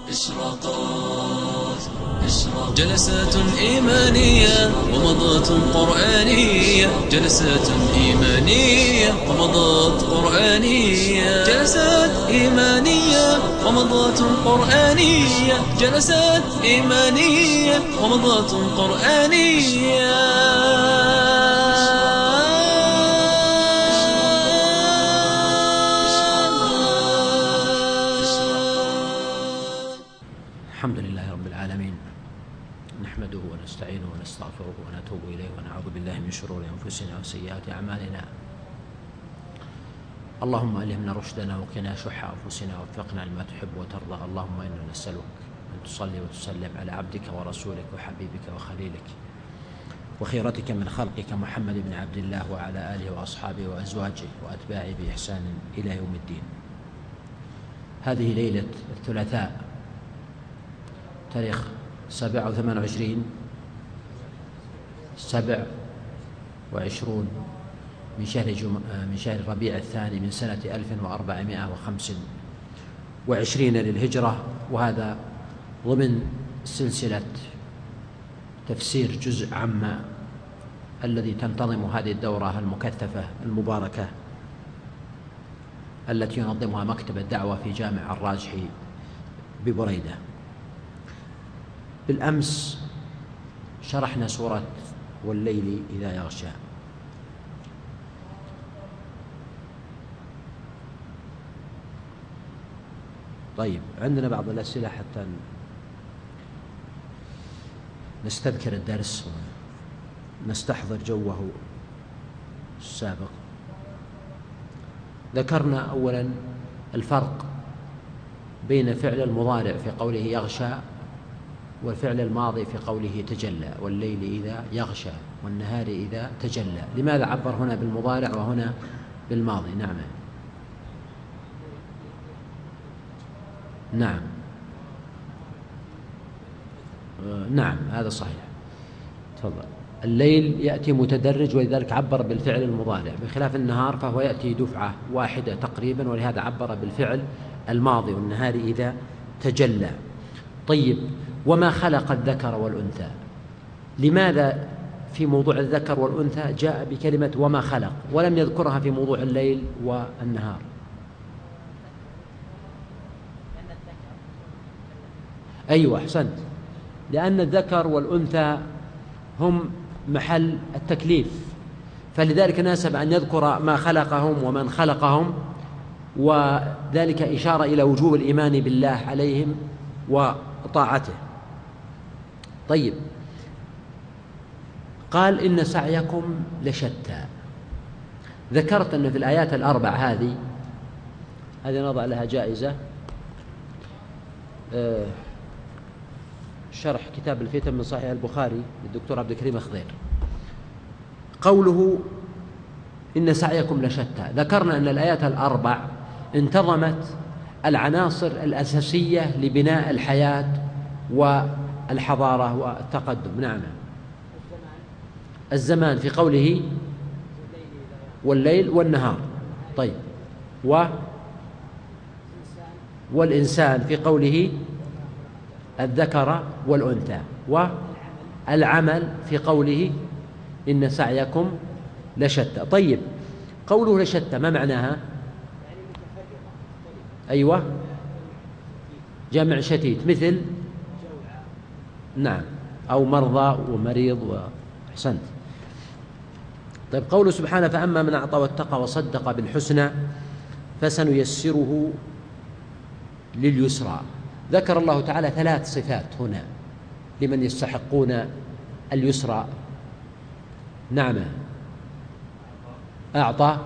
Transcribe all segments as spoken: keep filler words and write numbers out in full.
إشراقات إشراقات جلسات إيمانية ومضات قرآنية، جلسات إيمانية ومضات قرآنية، جلسات إيمانية ومضات قرآنية، جلسات إيمانية ومضات قرآنية. الحمد لله رب العالمين، نحمده ونستعينه ونستغفره ونتوب إليه ونعوذ بالله من شرور أنفسنا وسيئات أعمالنا. اللهم ألهمنا رشدنا وقنا شح أنفسنا ووفقنا لما تحب وترضى. اللهم إنا نسألك أن تصلي وتسلم على عبدك ورسولك وحبيبك وخليلك وخيرتك من خلقك محمد بن عبد الله وعلى آله وأصحابه وأزواجه وأتباعه بإحسان إلى يوم الدين. هذه ليلة الثلاثاء تاريخ سبعة وثمان وعشرين سبع وعشرون من شهر جم... من شهر ربيع الثاني من سنة ألف وأربعمائة وخمس وعشرين للهجرة، وهذا ضمن سلسلة تفسير جزء عما الذي تنتظم هذه الدورة المكثفة المباركة التي ينظمها مكتب الدعوة في جامع الراجحي ببريدة. بالأمس شرحنا سورة والليل إذا يغشى. طيب، عندنا بعض الأسئلة حتى نستذكر الدرس ونستحضر جوه السابق. ذكرنا أولا الفرق بين فعل المضارع في قوله يغشى والفعل الماضي في قوله تجلى، والليل إذا يغشى والنهار إذا تجلى. لماذا عبر هنا بالمضارع وهنا بالماضي؟ نعم نعم آه نعم هذا صحيح. تفضل. الليل يأتي متدرج ولذلك عبر بالفعل المضارع، بخلاف النهار فهو يأتي دفعة واحدة تقريبا ولهذا عبر بالفعل الماضي، والنهار إذا تجلى. طيب، وما خلق الذكر والأنثى؟ لماذا في موضوع الذكر والأنثى جاء بكلمة وما خلق ولم يذكرها في موضوع الليل والنهار؟ أيوة أحسنت، لأن الذكر والأنثى هم محل التكليف، فلذلك ناسب أن يذكر ما خلقهم ومن خلقهم، وذلك إشارة إلى وجوب الإيمان بالله عليهم وطاعته. طيب، قال إن سعيكم لشتى. ذكرت أن في الآيات الأربع هذه هذه نضع لها جائزة، أه شرح كتاب الفتن من صحيح البخاري للدكتور عبد الكريم خضير. قوله إن سعيكم لشتى، ذكرنا أن الآيات الأربع انتظمت العناصر الأساسية لبناء الحياة والحضارة والتقدم. نعم، الزمان في قوله والليل والنهار. طيب، و والإنسان في قوله الذكر والأنثى، والعمل في قوله إن سعيكم لشتى. طيب، قوله لشتى ما معناها؟ أيوة، جمع شتيت، مثل نعم أو مرضى ومريض وأحسنت. طيب، قوله سبحانه فأما من أعطى واتقى وصدق بالحسنى فسنيسره لليسرى. ذكر الله تعالى ثلاث صفات هنا لمن يستحقون اليسرى. نعم، أعطى.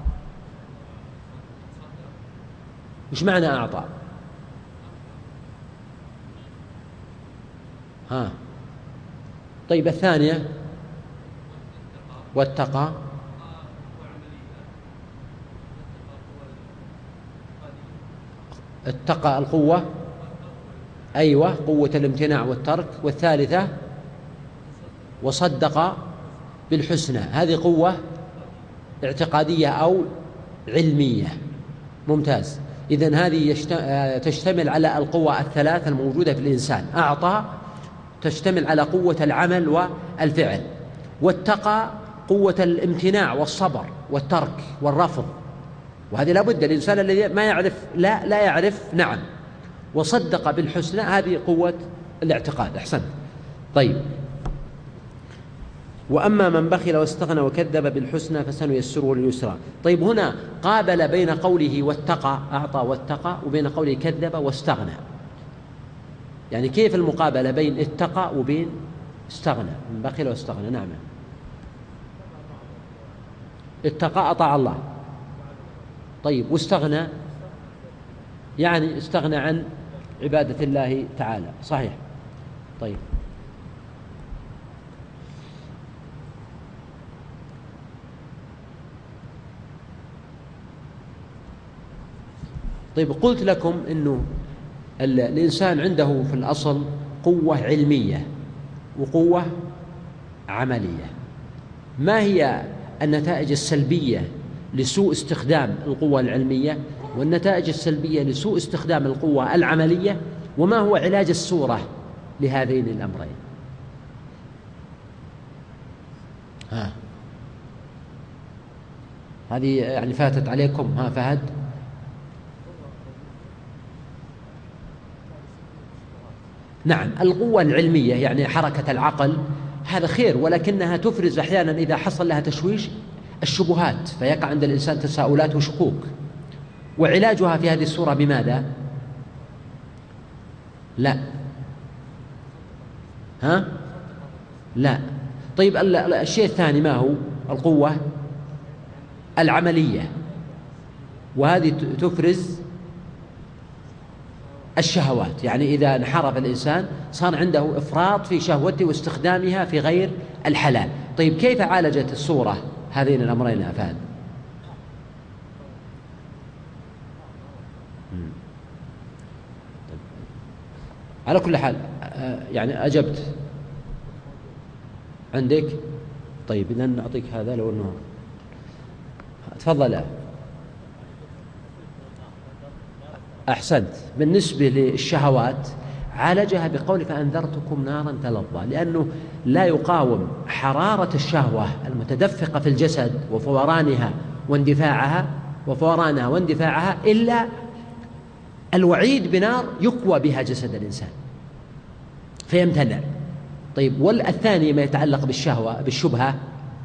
وش معنى أعطى؟ ها طيب، الثانية واتقى. اتقى القوة، أيوة، قوة الامتناع والترك. والثالثة وصدق بالحسنى، هذه قوة اعتقادية أو علمية. ممتاز. إذن هذه تشتمل على القوة الثلاث الموجودة في الإنسان. أعطى تشتمل على قوة العمل والفعل، واتقى قوة الامتناع والصبر والترك والرفض، وهذه لا بد. الإنسان الذي ما يعرف لا لا يعرف نعم، وصدق بالحسنى هذه قوة الاعتقاد. أحسن. طيب، وأما من بخل واستغنى وكذب بالحسنى فسنيسره لليسرى. طيب، هنا قابل بين قوله واتقى، أعطى واتقى، وبين قوله كذب واستغنى. يعني كيف المقابلة بين اتقى وبين استغنى؟ من بخل واستغنى. نعم، اتقى أطاع الله. طيب، واستغنى يعني استغنى عن عبادة الله تعالى. صحيح. طيب، طيب قلت لكم إنه الإنسان عنده في الأصل قوة علمية وقوة عملية. ما هي النتائج السلبية لسوء استخدام القوة العلمية، والنتائج السلبية لسوء استخدام القوة العملية، وما هو علاج الصورة لهذين الأمرين؟ ها، هذه يعني فاتت عليكم. ها فهد. نعم، القوة العلمية يعني حركة العقل هذا خير، ولكنها تفرز أحيانا إذا حصل لها تشويش الشبهات، فيقع عند الإنسان تساؤلات وشكوك. وعلاجها في هذه الصورة بماذا؟ لا. ها؟ لا. طيب، الشيء الثاني ما هو؟ القوة العملية، وهذه تفرز الشهوات. يعني إذا انحرف الإنسان صار عنده إفراط في شهوته واستخدامها في غير الحلال. طيب، كيف عالجت الصورة هذين الأمرين يا فهد؟ على كل حال يعني أجبت عندك. طيب، إذن نعطيك هذا لو أنه تفضل. أحسنت. بالنسبة للشهوات عالجها بقول فأنذرتكم نارا تلظى، لأنه لا يقاوم حرارة الشهوة المتدفقة في الجسد وفورانها واندفاعها وفورانها واندفاعها إلا الوعيد بنار يقوى بها جسد الإنسان فيمتنع. طيب، والثاني ما يتعلق بالشهوة بالشبهة.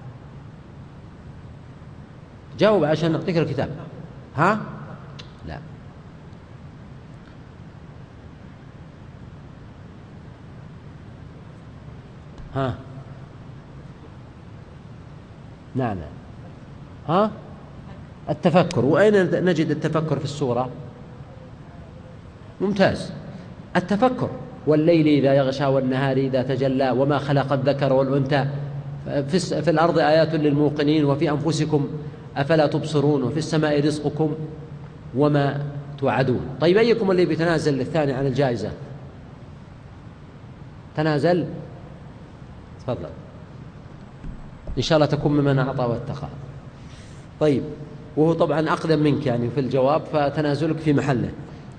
جاوب عشان نعطيك الكتاب. ها؟ لا. ها؟ نعم. ها؟ التفكر. وأين نجد التفكر في السورة؟ ممتاز. التفكر: والليل إذا يغشى والنهار إذا تجلى وما خلق الذكر والأنثى في الأرض آيات للموقنين وفي أنفسكم أفلا تبصرون وفي السماء رزقكم وما توعدون. طيب، أيكم اللي بيتنازل للثاني عن الجائزة؟ تنازل. تفضل، إن شاء الله تكون ممن أعطى واتقى. طيب، وهو طبعا أقدم منك يعني في الجواب، فتنازلك في محله.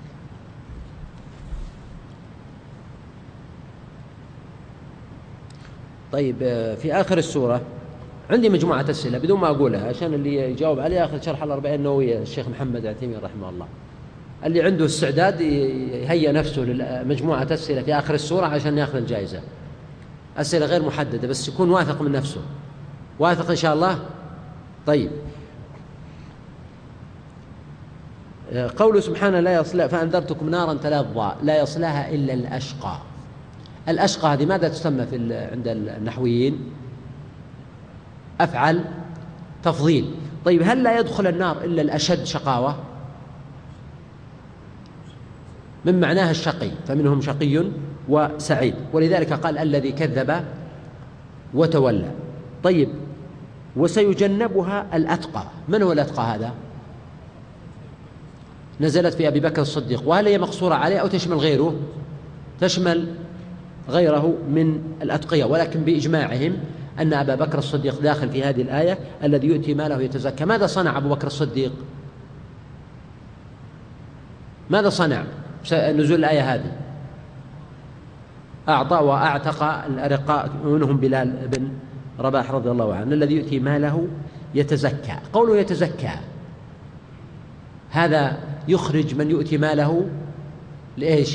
طيب، في آخر السورة عندي مجموعة أسئلة بدون ما أقولها عشان اللي يجاوب عليها آخر شرح الأربعين النووية الشيخ محمد عثيمين رحمه الله. اللي عنده استعداد يهيئ نفسه لمجموعة أسئلة في آخر السورة عشان يأخذ الجائزة. أسئلة غير محددة، بس يكون واثق من نفسه. واثق إن شاء الله. طيب، قوله سبحانه لا يصلى فأنذرتكم نارا تلظى، لا يصلاها إلا الأشقى. الأشقى هذه ماذا تسمى في عند النحويين؟ أفعل تفضيل. طيب، هل لا يدخل النار إلا الأشد شقاوة؟ من معناها الشقي، فمنهم شقي وسعيد، ولذلك قال الذي كذب وتولى. طيب، وسيجنبها الأتقى. من هو الأتقى هذا؟ نزلت في أبي بكر الصديق، وهل هي مقصورة عليه أو تشمل غيره؟ تشمل غيره من الأتقياء، ولكن بإجماعهم أن أبا بكر الصديق داخل في هذه الآية الذي يؤتي ماله يتزكى. ماذا صنع أبو بكر الصديق؟ ماذا صنع نزول الآية هذه؟ أعطى وأعتق الأرقاء منهم بلال بن رباح رضي الله عنه الذي يؤتي ماله يتزكى. قوله يتزكى هذا يخرج من يؤتي ماله لإيش؟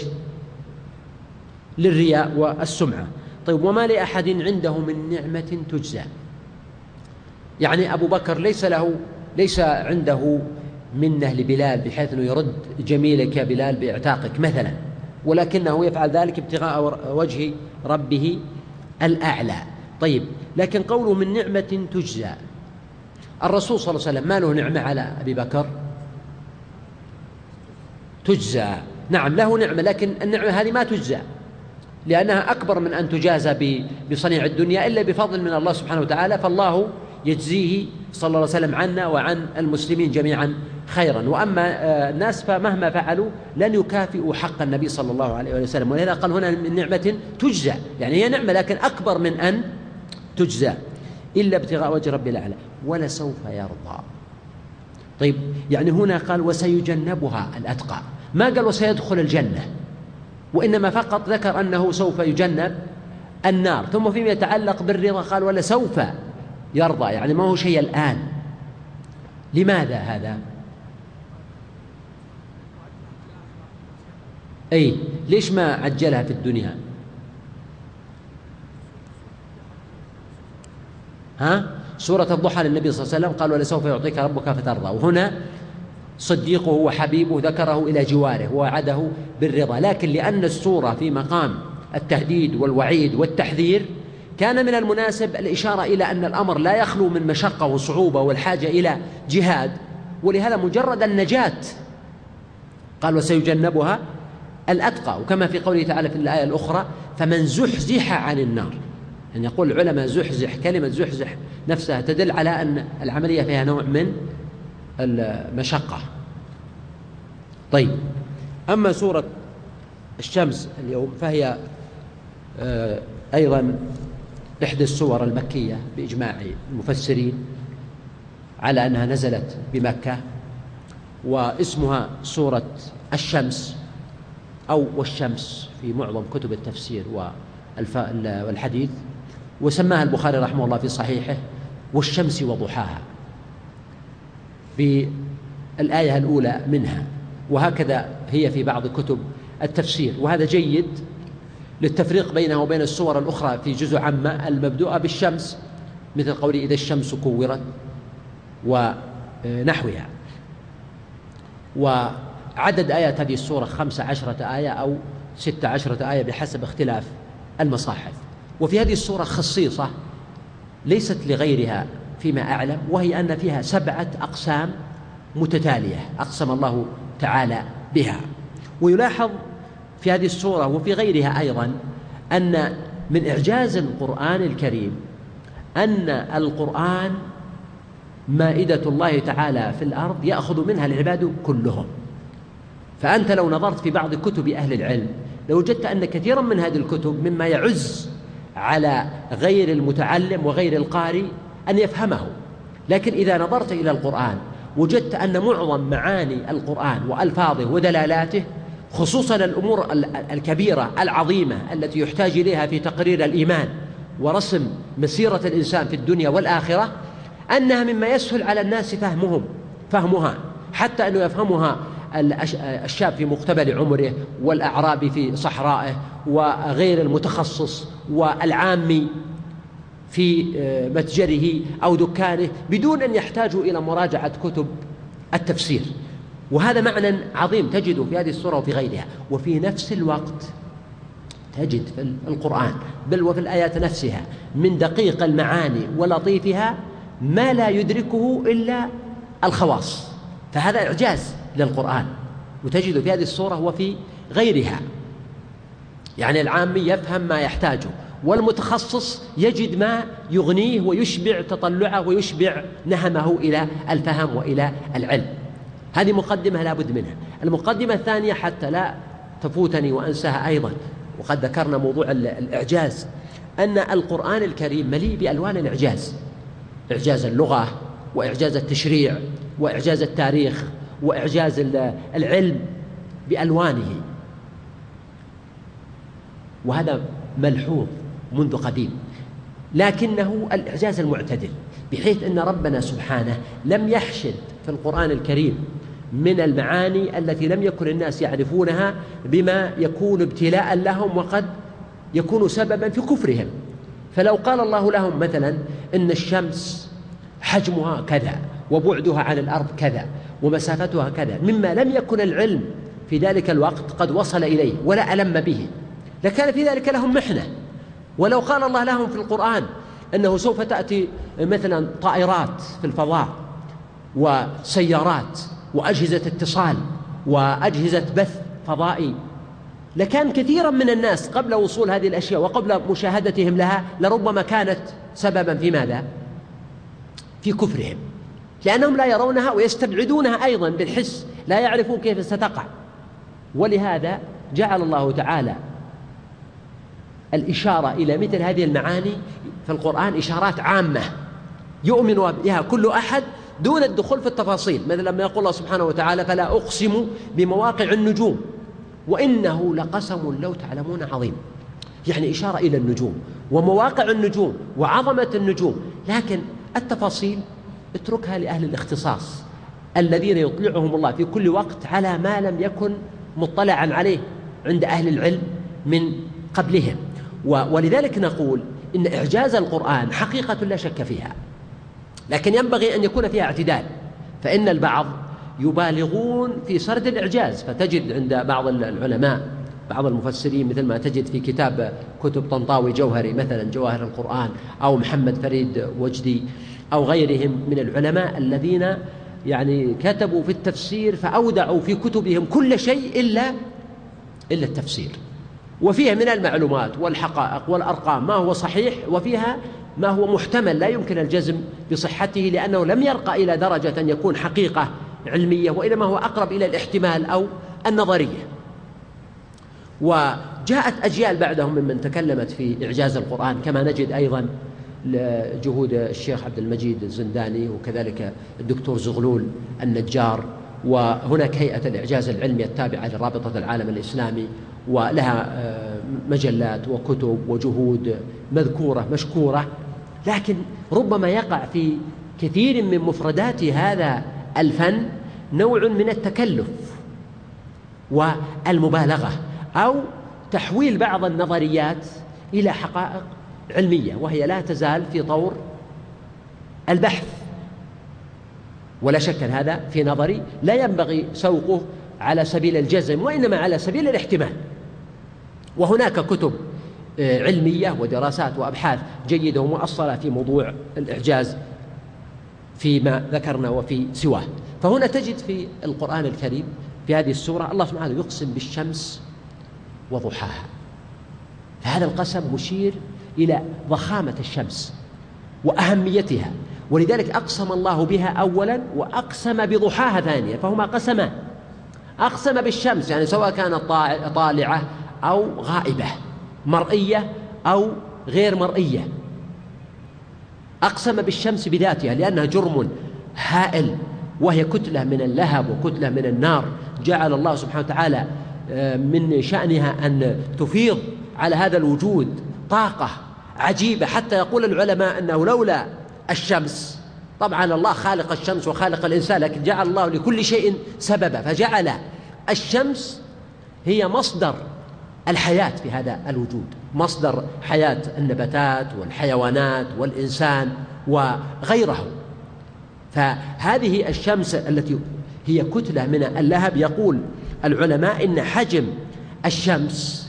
للرياء والسمعة. طيب وما لأحد عنده من نعمة تجزى، يعني أبو بكر ليس له ليس عنده منه لبلال بحيث أنه يرد جميلك يا بلال بإعتاقك مثلا، ولكنه يفعل ذلك ابتغاء وجه ربه الأعلى. طيب لكن قوله من نعمة تجزى، الرسول صلى الله عليه وسلم ما له نعمة على أبي بكر تجزى؟ نعم له نعمة، لكن النعمة هذه ما تجزى لأنها أكبر من أن تجازى بصنيع الدنيا إلا بفضل من الله سبحانه وتعالى، فالله يجزيه صلى الله عليه وسلم عنا وعن المسلمين جميعا خيرا. وأما الناس فمهما فعلوا لن يكافئوا حق النبي صلى الله عليه وسلم، ولذا قال هنا من نعمة تجزى، يعني هي نعمة لكن أكبر من أن تجزى إلا ابتغاء وجه رب الأعلى ولسوف يرضى. طيب يعني هنا قال وسيجنبها الأتقى، ما قال وسيدخل الجنة، وإنما فقط ذكر أنه سوف يجنب النار. ثم فيما يتعلق بالرضا قال ولسوف يرضى، يعني ما هو شيء الآن. لماذا هذا؟ أي ليش ما عجلها في الدنيا؟ ها؟ سورة الضحى للنبي صلى الله عليه وسلم قال ولسوف يعطيك ربك فترضى، وهنا صديقه وحبيبه ذكره إلى جواره ووعده بالرضا، لكن لأن السورة في مقام التهديد والوعيد والتحذير كان من المناسب الإشارة إلى أن الأمر لا يخلو من مشقة وصعوبة والحاجة إلى جهاد، ولهذا مجرد النجاة قال وسيجنبها الأتقى. وكما في قوله تعالى في الآية الأخرى فمن زحزح عن النار، يعني يقول العلماء زحزح، كلمة زحزح نفسها تدل على أن العملية فيها نوع من المشقة. طيب أما سورة الشمس اليوم فهي أيضا إحدى السور المكية بإجماع المفسرين على أنها نزلت بمكة، واسمها سورة الشمس أو والشمس في معظم كتب التفسير والحديث، وسماها البخاري رحمه الله في صحيحه والشمس وضحاها بالآية الأولى منها، وهكذا هي في بعض كتب التفسير. وهذا جيد للتفريق بينها وبين السور الأخرى في جزء عامة المبدوءة بالشمس، مثل قوله إذا الشمس كورت ونحوها. وعدد آيات هذه السورة خمس عشرة آية أو ست عشرة آية بحسب اختلاف المصاحف. وفي هذه السورة خصيصة ليست لغيرها فيما أعلم، وهي أن فيها سبعة أقسام متتالية أقسم الله تعالى بها. ويلاحظ في هذه السورة وفي غيرها أيضا أن من إعجاز القرآن الكريم أن القرآن مائدة الله تعالى في الأرض يأخذ منها العباد كلهم. فأنت لو نظرت في بعض كتب أهل العلم لوجدت أن كثيرا من هذه الكتب مما يعز على غير المتعلم وغير القارئ أن يفهمه، لكن إذا نظرت إلى القرآن وجدت أن معظم معاني القرآن وألفاظه ودلالاته، خصوصا الأمور الكبيرة العظيمة التي يحتاج إليها في تقرير الإيمان ورسم مسيرة الإنسان في الدنيا والآخرة، أنها مما يسهل على الناس فهمهم فهمها، حتى أنه يفهمها الشاب في مقتبل عمره والأعرابي في صحرائه وغير المتخصص والعامي في متجره أو دكانه بدون أن يحتاجوا إلى مراجعة كتب التفسير. وهذا معنى عظيم تجده في هذه السورة وفي غيرها. وفي نفس الوقت تجد في القرآن بل وفي الآيات نفسها من دقيق المعاني ولطيفها ما لا يدركه إلا الخواص، فهذا إعجاز للقرآن، وتجد في هذه السورة وفي غيرها. يعني العامي يفهم ما يحتاجه، والمتخصص يجد ما يغنيه ويشبع تطلعه ويشبع نهمه إلى الفهم وإلى العلم. هذه مقدمة لا بد منها. المقدمة الثانية حتى لا تفوتني وأنساها أيضا، وقد ذكرنا موضوع الإعجاز، أن القرآن الكريم مليء بألوان الإعجاز، إعجاز اللغة وإعجاز التشريع وإعجاز التاريخ وإعجاز العلم بألوانه، وهذا ملحوظ منذ قديم، لكنه الإعجاز المعتدل، بحيث أن ربنا سبحانه لم يحشد في القرآن الكريم من المعاني التي لم يكن الناس يعرفونها بما يكون ابتلاء لهم وقد يكون سببا في كفرهم. فلو قال الله لهم مثلا إن الشمس حجمها كذا وبعدها عن الأرض كذا ومسافتها كذا، مما لم يكن العلم في ذلك الوقت قد وصل إليه ولا ألم به، لكان في ذلك لهم محنة. ولو قال الله لهم في القرآن أنه سوف تأتي مثلا طائرات في الفضاء وسيارات وأجهزة اتصال وأجهزة بث فضائي، لكان كثيرا من الناس قبل وصول هذه الأشياء وقبل مشاهدتهم لها لربما كانت سببا في ماذا؟ في كفرهم، لأنهم لا يرونها ويستبعدونها أيضا بالحس، لا يعرفون كيف ستقع. ولهذا جعل الله تعالى الإشارة إلى مثل هذه المعاني في القرآن إشارات عامة يؤمن بها كل أحد دون الدخول في التفاصيل، مثل لما يقول الله سبحانه وتعالى فلا أقسم بمواقع النجوم وإنه لقسم لو تعلمون عظيم، يعني إشارة إلى النجوم ومواقع النجوم وعظمة النجوم، لكن التفاصيل اتركها لأهل الاختصاص الذين يطلعهم الله في كل وقت على ما لم يكن مطلعا عليه عند أهل العلم من قبلهم. ولذلك نقول إن إعجاز القرآن حقيقة لا شك فيها، لكن ينبغي أن يكون فيها اعتدال، فإن البعض يبالغون في سرد الإعجاز، فتجد عند بعض العلماء بعض المفسرين مثل ما تجد في كتاب كتب طنطاوي جوهري مثلا جواهر القرآن، أو محمد فريد وجدي أو غيرهم من العلماء الذين يعني كتبوا في التفسير فأودعوا في كتبهم كل شيء إلا إلا التفسير، وفيها من المعلومات والحقائق والأرقام ما هو صحيح، وفيها ما هو محتمل لا يمكن الجزم بصحته، لأنه لم يرقى إلى درجة أن يكون حقيقة علمية، وإنما هو أقرب إلى الاحتمال أو النظرية. وجاءت أجيال بعدهم ممن تكلمت في إعجاز القرآن، كما نجد أيضا جهود الشيخ عبد المجيد الزنداني وكذلك الدكتور زغلول النجار، وهناك هيئة الإعجاز العلمي التابعة لرابطة العالم الإسلامي، ولها مجلات وكتب وجهود مذكورة مشكورة، لكن ربما يقع في كثير من مفردات هذا الفن نوع من التكلف والمبالغة، أو تحويل بعض النظريات إلى حقائق علمية، وهي لا تزال في طور البحث، ولا شك أن هذا في نظري لا ينبغي سوقه على سبيل الجزم، وإنما على سبيل الاحتمال. وهناك كتب علمية ودراسات وأبحاث جيدة ومؤصلة في موضوع الإعجاز فيما ذكرنا وفي سواه. فهنا تجد في القرآن الكريم في هذه السورة الله سبحانه يقسم بالشمس وضحاها، فهذا القسم مشير إلى ضخامة الشمس وأهميتها، ولذلك أقسم الله بها أولا وأقسم بضحاها ثانيا، فهما قسمان. أقسم بالشمس يعني سواء كانت طالعة أو غائبة، مرئية أو غير مرئية. أقسم بالشمس بذاتها لأنها جرم هائل، وهي كتلة من اللهب وكتلة من النار، جعل الله سبحانه وتعالى من شأنها أن تفيض على هذا الوجود طاقة عجيبة، حتى يقول العلماء أنه لولا الشمس، طبعا الله خالق الشمس وخالق الإنسان، لكن جعل الله لكل شيء سببا، فجعل الشمس هي مصدر الحياة في هذا الوجود، مصدر حياة النباتات والحيوانات والإنسان وغيره. فهذه الشمس التي هي كتلة من اللهب، يقول العلماء إن حجم الشمس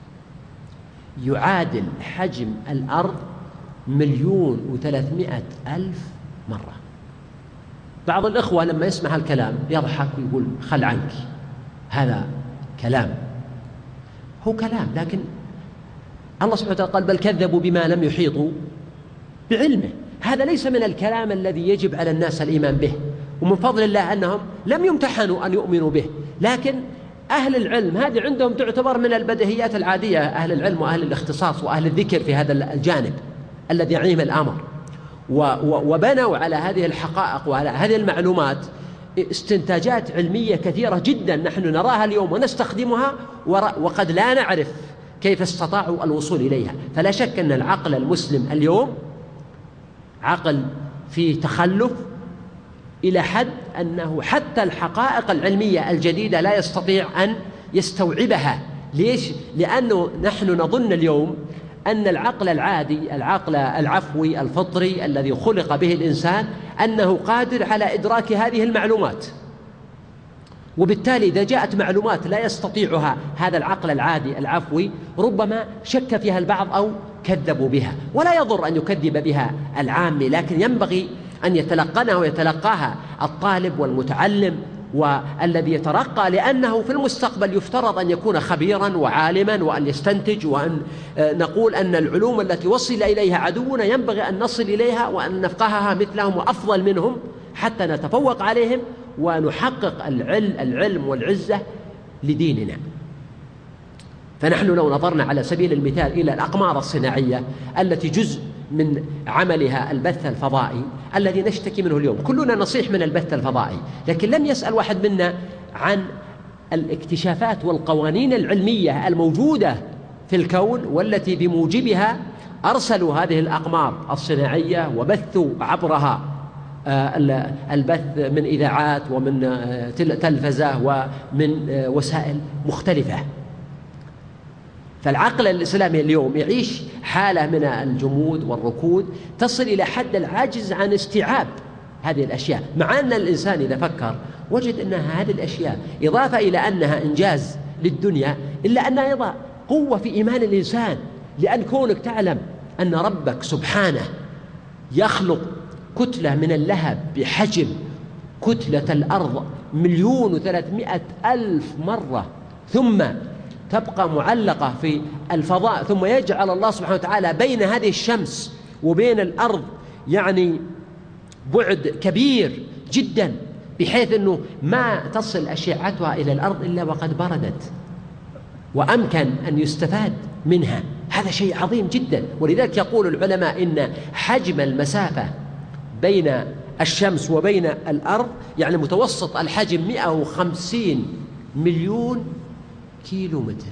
يعادل حجم الأرض مليون وثلاثمائة ألف مرة. بعض الإخوة لما يسمع الكلام يضحك ويقول خل عنك، هذا كلام، هو كلام، لكن الله سبحانه وتعالى قال بل كذبوا بما لم يحيطوا بعلمه. هذا ليس من الكلام الذي يجب على الناس الإيمان به، ومن فضل الله أنهم لم يمتحنوا أن يؤمنوا به، لكن أهل العلم هذه عندهم تعتبر من البديهيات العادية، أهل العلم وأهل الاختصاص وأهل الذكر في هذا الجانب الذي يعنيهم الأمر، وبنوا على هذه الحقائق وعلى هذه المعلومات استنتاجات علمية كثيرة جدا نحن نراها اليوم ونستخدمها وقد لا نعرف كيف استطاعوا الوصول إليها. فلا شك أن العقل المسلم اليوم عقل فيه تخلف إلى حد أنه حتى الحقائق العلمية الجديدة لا يستطيع أن يستوعبها. ليش؟ لأنه نحن نظن اليوم أن العقل العادي، العقل العفوي الفطري الذي خلق به الإنسان، أنه قادر على إدراك هذه المعلومات، وبالتالي إذا جاءت معلومات لا يستطيعها هذا العقل العادي العفوي ربما شك فيها البعض أو كذبوا بها. ولا يضر أن يكذب بها العامي، لكن ينبغي أن يتلقنها ويتلقاها الطالب والمتعلم والذي يترقى، لأنه في المستقبل يفترض أن يكون خبيرا وعالما وأن يستنتج، وأن نقول أن العلوم التي وصل إليها عدونا ينبغي أن نصل إليها وأن نفقهها مثلهم وأفضل منهم حتى نتفوق عليهم ونحقق العلم, العلم والعزة لديننا. فنحن لو نظرنا على سبيل المثال إلى الأقمار الصناعية التي جزء من عملها البث الفضائي الذي نشتكي منه اليوم، كلنا نصيح من البث الفضائي، لكن لم يسأل واحد منا عن الاكتشافات والقوانين العلمية الموجودة في الكون والتي بموجبها أرسلوا هذه الأقمار الصناعية وبثوا عبرها البث من إذاعات ومن تلفزة ومن وسائل مختلفة. فالعقل الإسلامي اليوم يعيش حالة من الجمود والركود تصل إلى حد العاجز عن استيعاب هذه الأشياء، مع أن الإنسان إذا فكر وجد أن هذه الأشياء إضافة إلى أنها إنجاز للدنيا إلا أنها أيضا قوة في إيمان الإنسان، لأن كونك تعلم أن ربك سبحانه يخلق كتلة من اللهب بحجم كتلة الأرض مليون وثلاثمائة ألف مرة ثم تبقى معلقة في الفضاء، ثم يجعل الله سبحانه وتعالى بين هذه الشمس وبين الأرض يعني بعد كبير جدا بحيث أنه ما تصل أشعتها إلى الأرض إلا وقد بردت وأمكن أن يستفاد منها. هذا شيء عظيم جدا. ولذلك يقول العلماء إن حجم المسافة بين الشمس وبين الأرض يعني متوسط الحجم مئة وخمسين مليون كيلو متر.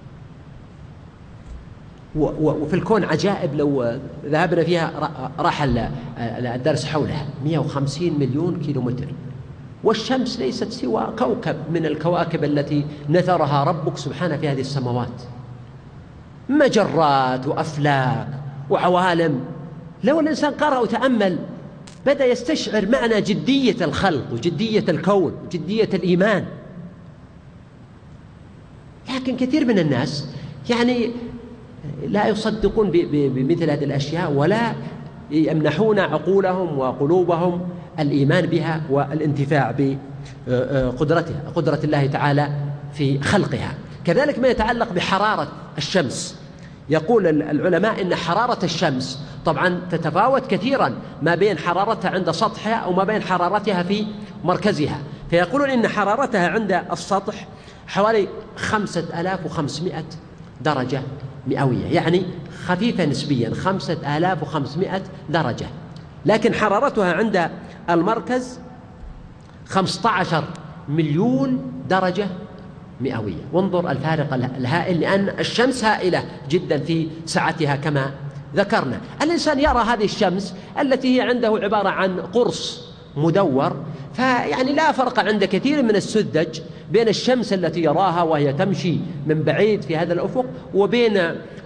وفي الكون عجائب لو ذهبنا فيها راح الدرس حولها، مئة وخمسين مليون كيلو متر. والشمس ليست سوى كوكب من الكواكب التي نثرها ربك سبحانه في هذه السماوات، مجرات وأفلاك وعوالم. لو الإنسان قرأ وتأمل بدأ يستشعر معنى جدية الخلق وجدية الكون وجدية الإيمان. لكن كثير من الناس يعني لا يصدقون بمثل هذه الأشياء ولا يمنحون عقولهم وقلوبهم الإيمان بها والانتفاع بقدرتها، قدرة الله تعالى في خلقها. كذلك ما يتعلق بحرارة الشمس، يقول العلماء إن حرارة الشمس طبعا تتفاوت كثيرا ما بين حرارتها عند سطحها أو ما بين حرارتها في مركزها، فيقولون إن حرارتها عند السطح حوالي خمسة آلاف وخمسمائة درجة مئوية، يعني خفيفة نسبيا خمسة آلاف وخمسمائة درجة. لكن حرارتها عند المركز خمسة عشر مليون درجة مئوية. وانظر الفارق الهائل، لأن الشمس هائلة جدا في سعتها كما ذكرنا. الإنسان يرى هذه الشمس التي هي عنده عبارة عن قرص مدور، فيعني لا فرق عند كثير من السذج بين الشمس التي يراها وهي تمشي من بعيد في هذا الأفق وبين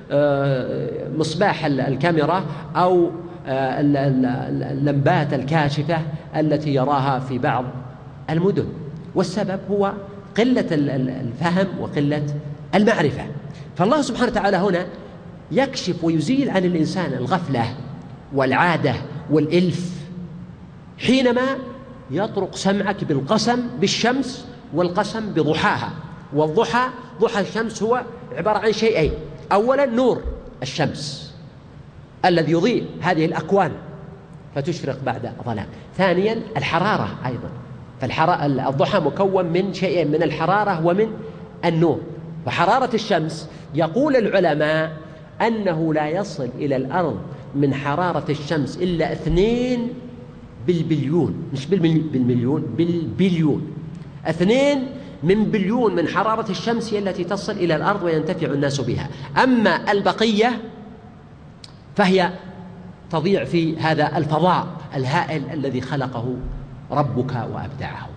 مصباح الكاميرا أو اللمبات الكاشفة التي يراها في بعض المدن. والسبب هو قلة الفهم وقلة المعرفة. فالله سبحانه وتعالى هنا يكشف ويزيل عن الإنسان الغفلة والعادة والإلف حينما يطرق سمعك بالقسم بالشمس والقسم بضحاها. والضحى ضحى الشمس هو عبارة عن شيئين: أولا نور الشمس الذي يضيء هذه الأكوان فتشرق بعد ظلام، ثانيا الحرارة أيضا. فالضحى مكون من شيئين، من الحرارة ومن النور. فحرارة الشمس يقول العلماء أنه لا يصل إلى الأرض من حرارة الشمس إلا اثنين بالبليون، مش بالمليون، بالبليون. اثنين من بليون من حرارة الشمس هي التي تصل إلى الأرض وينتفع الناس بها. أما البقية فهي تضيع في هذا الفضاء الهائل الذي خلقه ربك وأبدعه.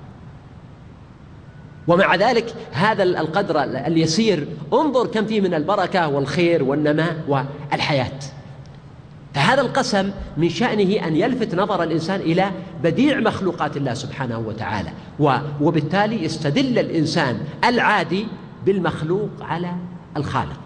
ومع ذلك هذا القدر اليسير انظر كم فيه من البركة والخير والنماء والحياة. فهذا القسم من شأنه أن يلفت نظر الإنسان إلى بديع مخلوقات الله سبحانه وتعالى، وبالتالي يستدل الإنسان العادي بالمخلوق على الخالق.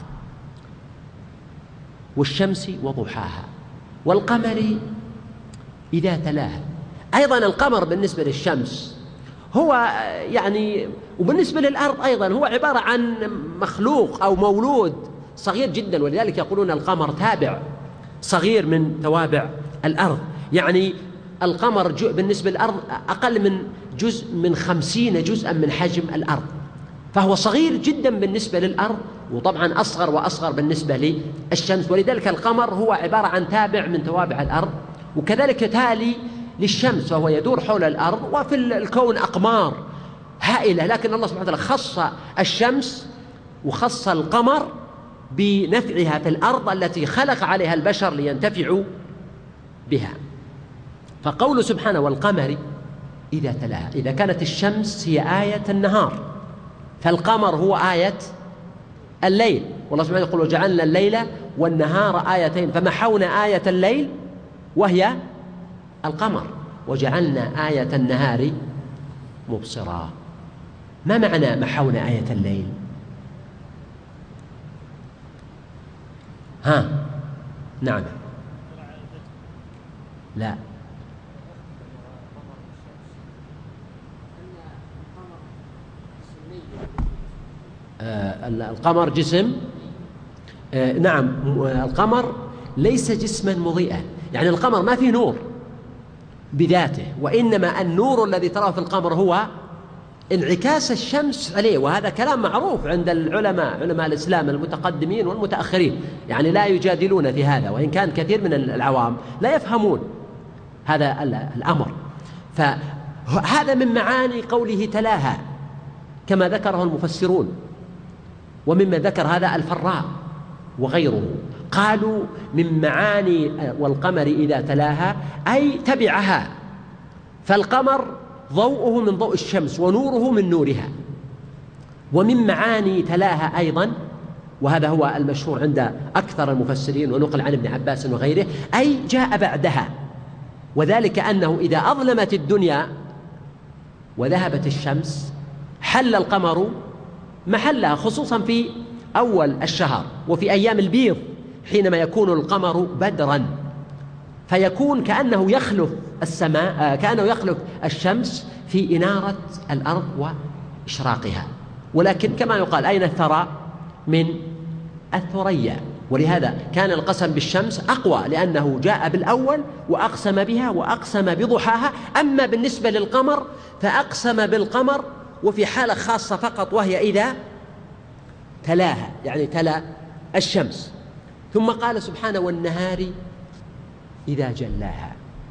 والشمس وضحاها والقمر إذا تلاها. أيضا القمر بالنسبة للشمس هو يعني، وبالنسبة للأرض أيضا هو عبارة عن مخلوق أو مولود صغير جدا، ولذلك يقولون القمر تابع صغير من توابع الأرض. يعني القمر بالنسبة للأرض أقل من جزء من خمسين جزءا من حجم الأرض، فهو صغير جدا بالنسبة للأرض، وطبعا أصغر وأصغر بالنسبة للشمس. ولذلك القمر هو عبارة عن تابع من توابع الأرض، وكذلك تالي للشمس، فهو يدور حول الأرض. وفي الكون أقمار هائلة، لكن الله سبحانه وتعالى خص الشمس وخص القمر بنفعها في الأرض التي خلق عليها البشر لينتفعوا بها. فقوله سبحانه والقمر إذا تلاها، إذا كانت الشمس هي آية النهار فالقمر هو آية الليل. والله سبحانه يقول وجعلنا الليل والنهار آيتين فمحونا آية الليل وهي القمر وجعلنا آية النهار مبصرا. ما معنى محونا آية الليل؟ ها نعم لا آه القمر جسم آه نعم القمر ليس جسما مضيئا، يعني القمر ما فيه نور بذاته، وإنما النور الذي تراه في القمر هو انعكاس الشمس عليه. وهذا كلام معروف عند العلماء، علماء الإسلام المتقدمين والمتأخرين، يعني لا يجادلون في هذا، وإن كان كثير من العوام لا يفهمون هذا الأمر. فهذا من معاني قوله تلاها كما ذكره المفسرون، ومما ذكر هذا الفراء وغيره. قالوا من معاني والقمر إذا تلاها أي تبعها، فالقمر ضوءه من ضوء الشمس ونوره من نورها. ومن معاني تلاها أيضا، وهذا هو المشهور عند أكثر المفسرين ونقل عن ابن عباس وغيره، أي جاء بعدها، وذلك أنه إذا أظلمت الدنيا وذهبت الشمس حل القمر محلها، خصوصا في أول الشهر وفي أيام البيض حينما يكون القمر بدرا، فيكون كأنه يخلف السماء، كأنه يخلف الشمس في إنارة الأرض وإشراقها. ولكن كما يقال أين الثرى من الثريا، ولهذا كان القسم بالشمس أقوى لأنه جاء بالأول وأقسم بها وأقسم بضحاها. أما بالنسبة للقمر فأقسم بالقمر وفي حالة خاصة فقط، وهي إذا تلاها، يعني تلا الشمس. ثم قال سبحانه والنهار إذا جلاها،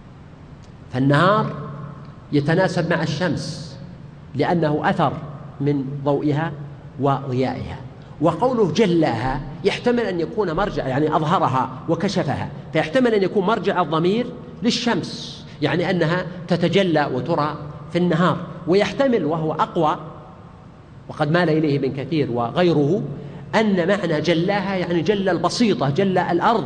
فالنهار يتناسب مع الشمس لأنه أثر من ضوئها وضيائها. وقوله جلاها يحتمل أن يكون مرجع، يعني أظهرها وكشفها، فيحتمل أن يكون مرجع الضمير للشمس، يعني أنها تتجلى وترى في النهار. ويحتمل وهو أقوى وقد مال إليه ابن كثير وغيره أن معنى جلاها يعني جل البسيطة، جل الأرض،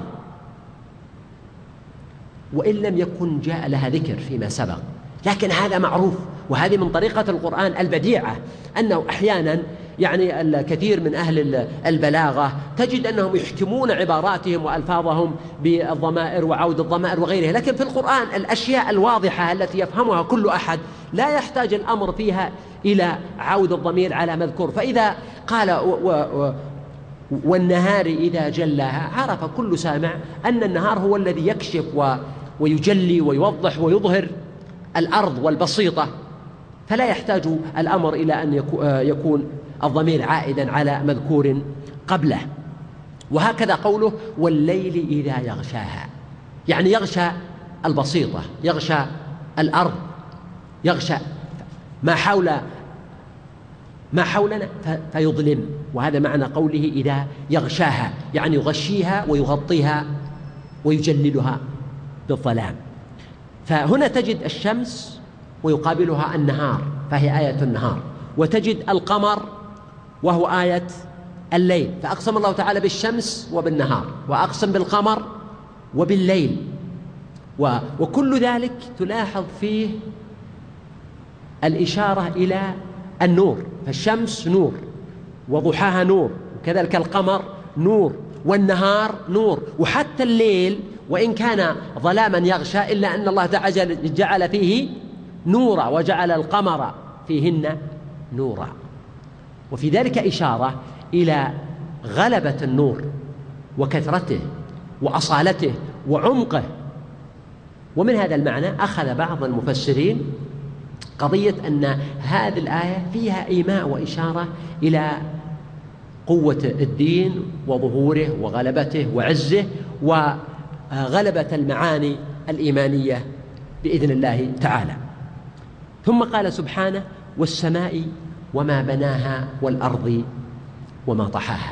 وإن لم يكن جاء لها ذكر فيما سبق. لكن هذا معروف، وهذه من طريقة القرآن البديعة أنه أحيانا يعني الكثير من أهل البلاغة تجد أنهم يحكمون عباراتهم وألفاظهم بالضمائر وعود الضمائر وغيرها، لكن في القرآن الأشياء الواضحة التي يفهمها كل أحد لا يحتاج الأمر فيها إلى عود الضمير على مذكور. فإذا قال و و والنهار إذا جلاها عرف كل سامع أن النهار هو الذي يكشف و ويجلي ويوضح ويظهر الأرض والبسيطة، فلا يحتاج الأمر إلى أن يكون الضمير عائدا على مذكور قبله. وهكذا قوله والليل إذا يغشاها، يعني يغشى البسيطة، يغشى الأرض يغشى ما حول ما حولنا فيظلم، وهذا معنى قوله إذا يغشاها، يعني يغشيها ويغطيها ويجللها بالظلام. فهنا تجد الشمس ويقابلها النهار فهي آية النهار، وتجد القمر وهو آية الليل، فأقسم الله تعالى بالشمس وبالنهار، وأقسم بالقمر وبالليل. وكل ذلك تلاحظ فيه الإشارة إلى النور، فالشمس نور وضحاها نور، وكذلك القمر نور والنهار نور، وحتى الليل وإن كان ظلاما يغشى إلا أن الله جعل فيه نورا وجعل القمر فيهن نورا. وفي ذلك إشارة إلى غلبة النور وكثرته وأصالته وعمقه. ومن هذا المعنى أخذ بعض المفسرين قضية أن هذه الآية فيها إيماء وإشارة إلى قوة الدين وظهوره وغلبته وعزه وغلبة المعاني الإيمانية بإذن الله تعالى. ثم قال سبحانه: والسماء وما بناها والأرض وما طحاها.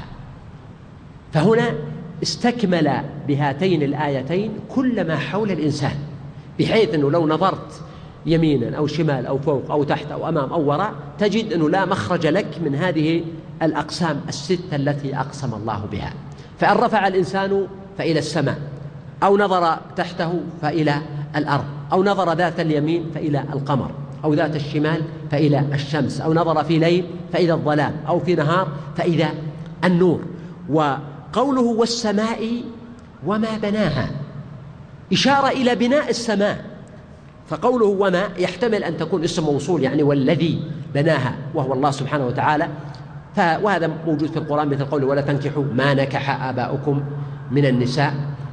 فهنا استكمل بهاتين الآيتين كل ما حول الإنسان، بحيث أنه لو نظرت يمينا أو شمال أو فوق أو تحت أو أمام أو وراء تجد أنه لا مخرج لك من هذه الأقسام الستة التي أقسم الله بها. فإن رفع الإنسان فإلى السماء، أو نظر تحته فإلى الأرض، أو نظر ذات اليمين فإلى القمر، أو ذات الشمال فإلى الشمس، أو نظر في ليل فإلى الظلام، أو في نهار فإلى النور. وقوله والسماء وما بناها إشارة إلى بناء السماء، فقوله وما يحتمل أن تكون اسم موصول، يعني والذي بناها وهو الله سبحانه وتعالى. وهذا موجود في القرآن مثل قوله: ولا تنكحوا ما نكح آباؤكم من النساء،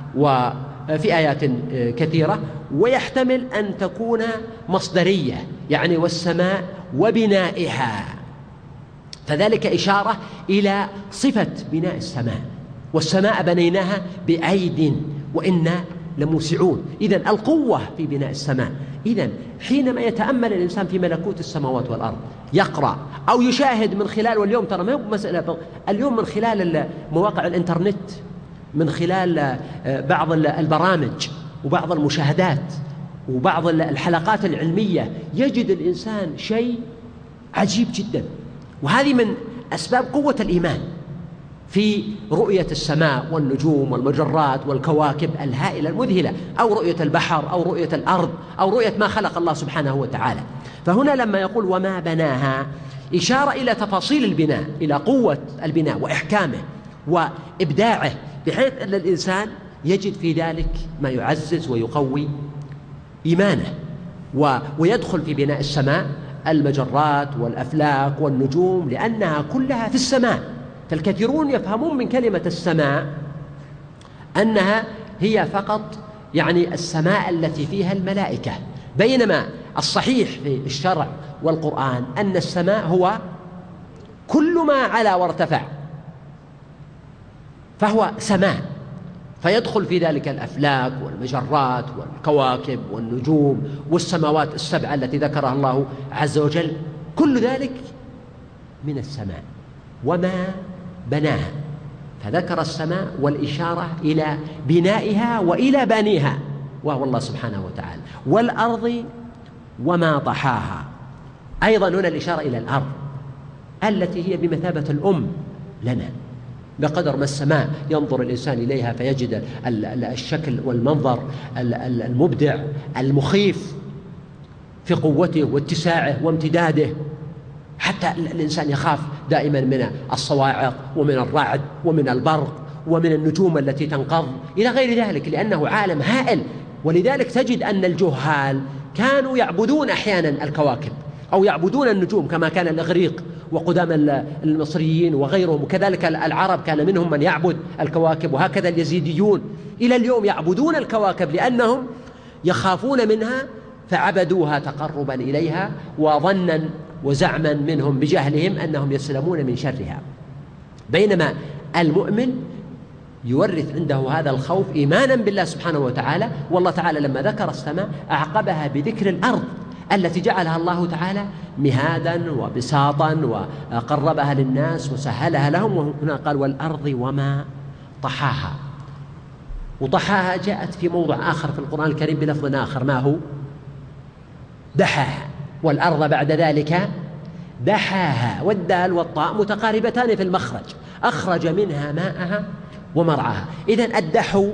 وفي آيات كثيرة. ويحتمل أن تكون مصدرية، يعني والسماء وبنائها، فذلك إشارة إلى صفة بناء السماء. والسماء بنيناها بأيد وإنا لموسعون. إذن القوة في بناء السماء. إذن حينما يتأمل الإنسان في ملكوت السماوات والأرض، يقرأ أو يشاهد من خلال، واليوم ترى ما هو مسألة، اليوم من خلال مواقع الإنترنت، من خلال بعض البرامج وبعض المشاهدات وبعض الحلقات العلمية، يجد الإنسان شيء عجيب جدا. وهذه من أسباب قوة الإيمان في رؤية السماء والنجوم والمجرات والكواكب الهائلة المذهلة، أو رؤية البحر، أو رؤية الأرض، أو رؤية ما خلق الله سبحانه وتعالى. فهنا لما يقول وما بناها إشارة إلى تفاصيل البناء، إلى قوة البناء وإحكامه وإبداعه، بحيث أن الإنسان يجد في ذلك ما يعزز ويقوي إيمانه. ويدخل في بناء السماء المجرات والأفلاك والنجوم، لأنها كلها في السماء. فالكثيرون يفهمون من كلمة السماء أنها هي فقط يعني السماء التي فيها الملائكة، بينما الصحيح في الشرع والقرآن أن السماء هو كل ما علا وارتفع فهو سماء، فيدخل في ذلك الأفلاك والمجرات والكواكب والنجوم والسماوات السبعة التي ذكرها الله عز وجل، كل ذلك من السماء. وما بناها، فذكر السماء والإشارة إلى بنائها وإلى بانيها وهو الله سبحانه وتعالى. والأرض وما طحاها، أيضا هنا الإشارة إلى الأرض التي هي بمثابة الأم لنا، بقدر ما السماء ينظر الإنسان إليها فيجد الشكل والمنظر المبدع المخيف في قوته واتساعه وامتداده، حتى الإنسان يخاف دائما من الصواعق ومن الرعد ومن البرق ومن النجوم التي تنقض إلى غير ذلك، لأنه عالم هائل. ولذلك تجد أن الجهال كانوا يعبدون أحيانا الكواكب أو يعبدون النجوم، كما كان الإغريق وقدام المصريين وغيرهم، وكذلك العرب كان منهم من يعبد الكواكب، وهكذا اليزيديون إلى اليوم يعبدون الكواكب لأنهم يخافون منها، فعبدوها تقربا إليها وظنا وزعما منهم بجهلهم أنهم يسلمون من شرها. بينما المؤمن يورث عنده هذا الخوف إيمانا بالله سبحانه وتعالى. والله تعالى لما ذكر السماء أعقبها بذكر الأرض التي جعلها الله تعالى مهادا وبساطا وقربها للناس وسهلها لهم. وهنا قال والأرض وما طحاها، وطحاها جاءت في موضع آخر في القرآن الكريم بلفظ آخر، ما هو؟ دحاها. والأرض بعد ذلك دحاها، والدال والطاء متقاربتان في المخرج، أخرج منها ماءها ومرعاها. إذن الدحو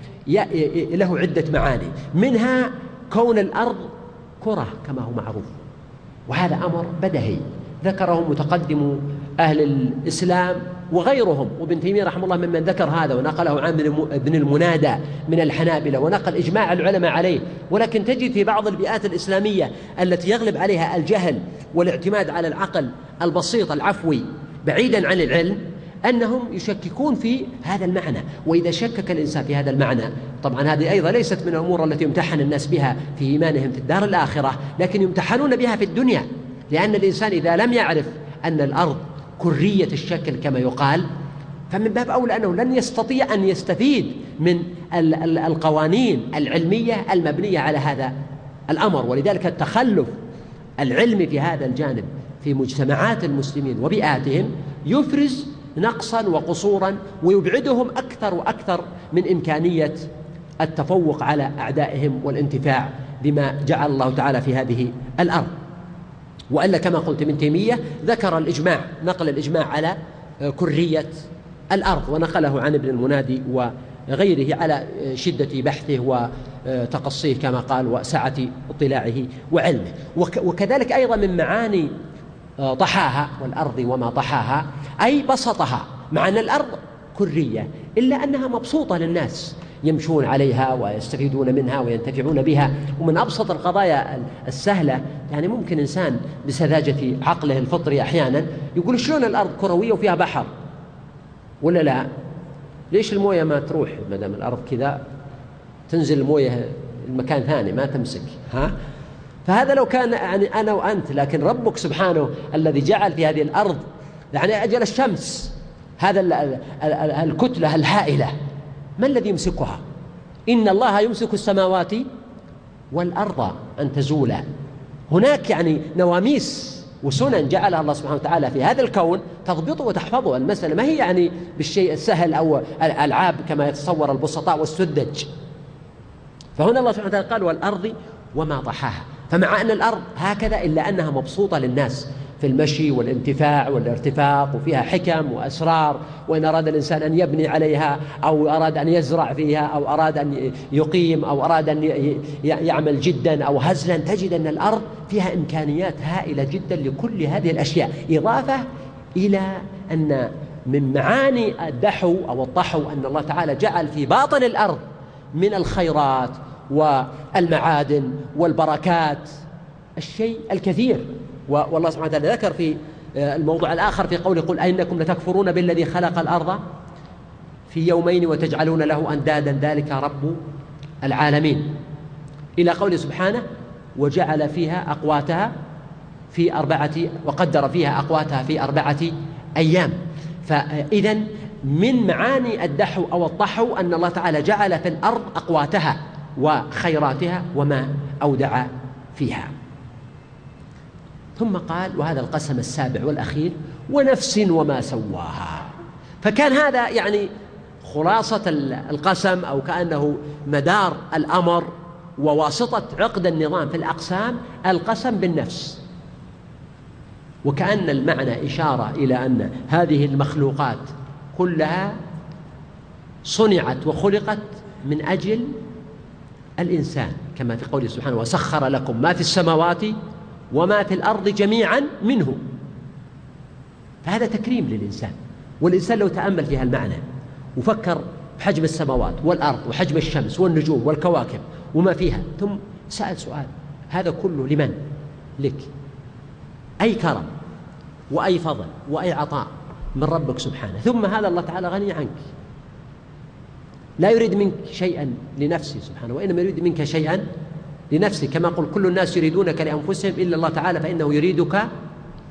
له عدة معاني، منها كون الأرض كرة كما هو معروف، وهذا أمر بدهي ذكره متقدم أهل الإسلام وغيرهم، وابن تيمية رحمه الله ممن ذكر هذا ونقله عن ابن المنادى من الحنابلة ونقل إجماع العلماء عليه. ولكن تجد في بعض البيئات الإسلامية التي يغلب عليها الجهل والاعتماد على العقل البسيط العفوي بعيدا عن العلم أنهم يشككون في هذا المعنى. وإذا شكك الإنسان في هذا المعنى، طبعا هذه أيضا ليست من الأمور التي يمتحن الناس بها في إيمانهم في الدار الآخرة، لكن يمتحنون بها في الدنيا، لأن الإنسان إذا لم يعرف أن الأرض كرية الشكل كما يقال، فمن باب أولى أنه لن يستطيع أن يستفيد من القوانين العلمية المبنية على هذا الأمر. ولذلك التخلف العلمي في هذا الجانب في مجتمعات المسلمين وبيئاتهم يفرز نقصا وقصورا، ويبعدهم أكثر وأكثر من إمكانية التفوق على أعدائهم والانتفاع بما جعل الله تعالى في هذه الأرض. وإلا كما قلت ابن تيمية ذكر الإجماع، نقل الإجماع على كرية الأرض، ونقله عن ابن المنادي وغيره على شدة بحثه وتقصيه كما قال وسعة اطلاعه وعلمه. وكذلك أيضا من معاني طحاها والأرض وما طحاها أي بسطها، مع أن الأرض كرية إلا أنها مبسوطة للناس يمشون عليها ويستفيدون منها وينتفعون بها. ومن أبسط القضايا السهلة، يعني ممكن إنسان بسذاجة عقله الفطري أحيانا يقول شلون الأرض كروية وفيها بحر ولا لا؟ ليش الموية ما تروح ما دام الأرض كذا؟ تنزل الموية المكان ثاني ما تمسك، ها؟ فهذا لو كان يعني أنا وأنت، لكن ربك سبحانه الذي جعل في هذه الأرض يعني أجل الشمس هذا الكتلة الهائلة، ما الذي يمسكها؟ إن الله يمسك السماوات والأرض أن تزولا. هناك يعني نواميس وسنن جعلها الله سبحانه وتعالى في هذا الكون تضبطه وتحفظه. المسألة ما هي يعني بالشيء السهل أو الألعاب كما يتصور البسطاء والسذج. فهنا الله سبحانه وتعالى قال والأرض وما طحاها، فمع أن الأرض هكذا إلا أنها مبسوطة للناس في المشي والانتفاع والارتفاق، وفيها حكم وأسرار. وإن أراد الإنسان أن يبني عليها أو أراد أن يزرع فيها أو أراد أن يقيم أو أراد أن يعمل جدا أو هزلا، تجد أن الأرض فيها إمكانيات هائلة جدا لكل هذه الأشياء. إضافة إلى أن من معاني الدحو أو الطحو أن الله تعالى جعل في باطن الأرض من الخيرات والمعادن والبركات الشيء الكثير. والله سبحانه وتعالى ذكر في الموضوع الآخر في قوله قل أئنكم لتكفرون بالذي خلق الأرض في يومين وتجعلون له أندادا ذلك رب العالمين، إلى قوله سبحانه وجعل فيها أقواتها في أربعة وقدر فيها أقواتها في أربعة أيام. فإذا من معاني الدحو أو الطحو أن الله تعالى جعل في الأرض أقواتها وخيراتها وما أودع فيها. ثم قال وهذا القسم السابع والأخير ونفس وما سواها. فكان هذا يعني خلاصة القسم أو كأنه مدار الأمر وواسطة عقد النظام في الأقسام القسم بالنفس، وكأن المعنى إشارة إلى أن هذه المخلوقات كلها صنعت وخلقت من أجل الإنسان، كما في قوله سبحانه وسخر لكم ما في السماوات وما في الأرض جميعا منه. فهذا تكريم للإنسان، والإنسان لو تأمل في هالمعنى وفكر بحجم السماوات والأرض وحجم الشمس والنجوم والكواكب وما فيها، ثم سأل سؤال هذا كله لمن؟ لك. أي كرم وأي فضل وأي عطاء من ربك سبحانه. ثم هذا الله تعالى غني عنك، لا يريد منك شيئا لنفسه سبحانه، وإنما يريد منك شيئا لنفسه، كما قل كل الناس يريدونك لأنفسهم إلا الله تعالى فإنه يريدك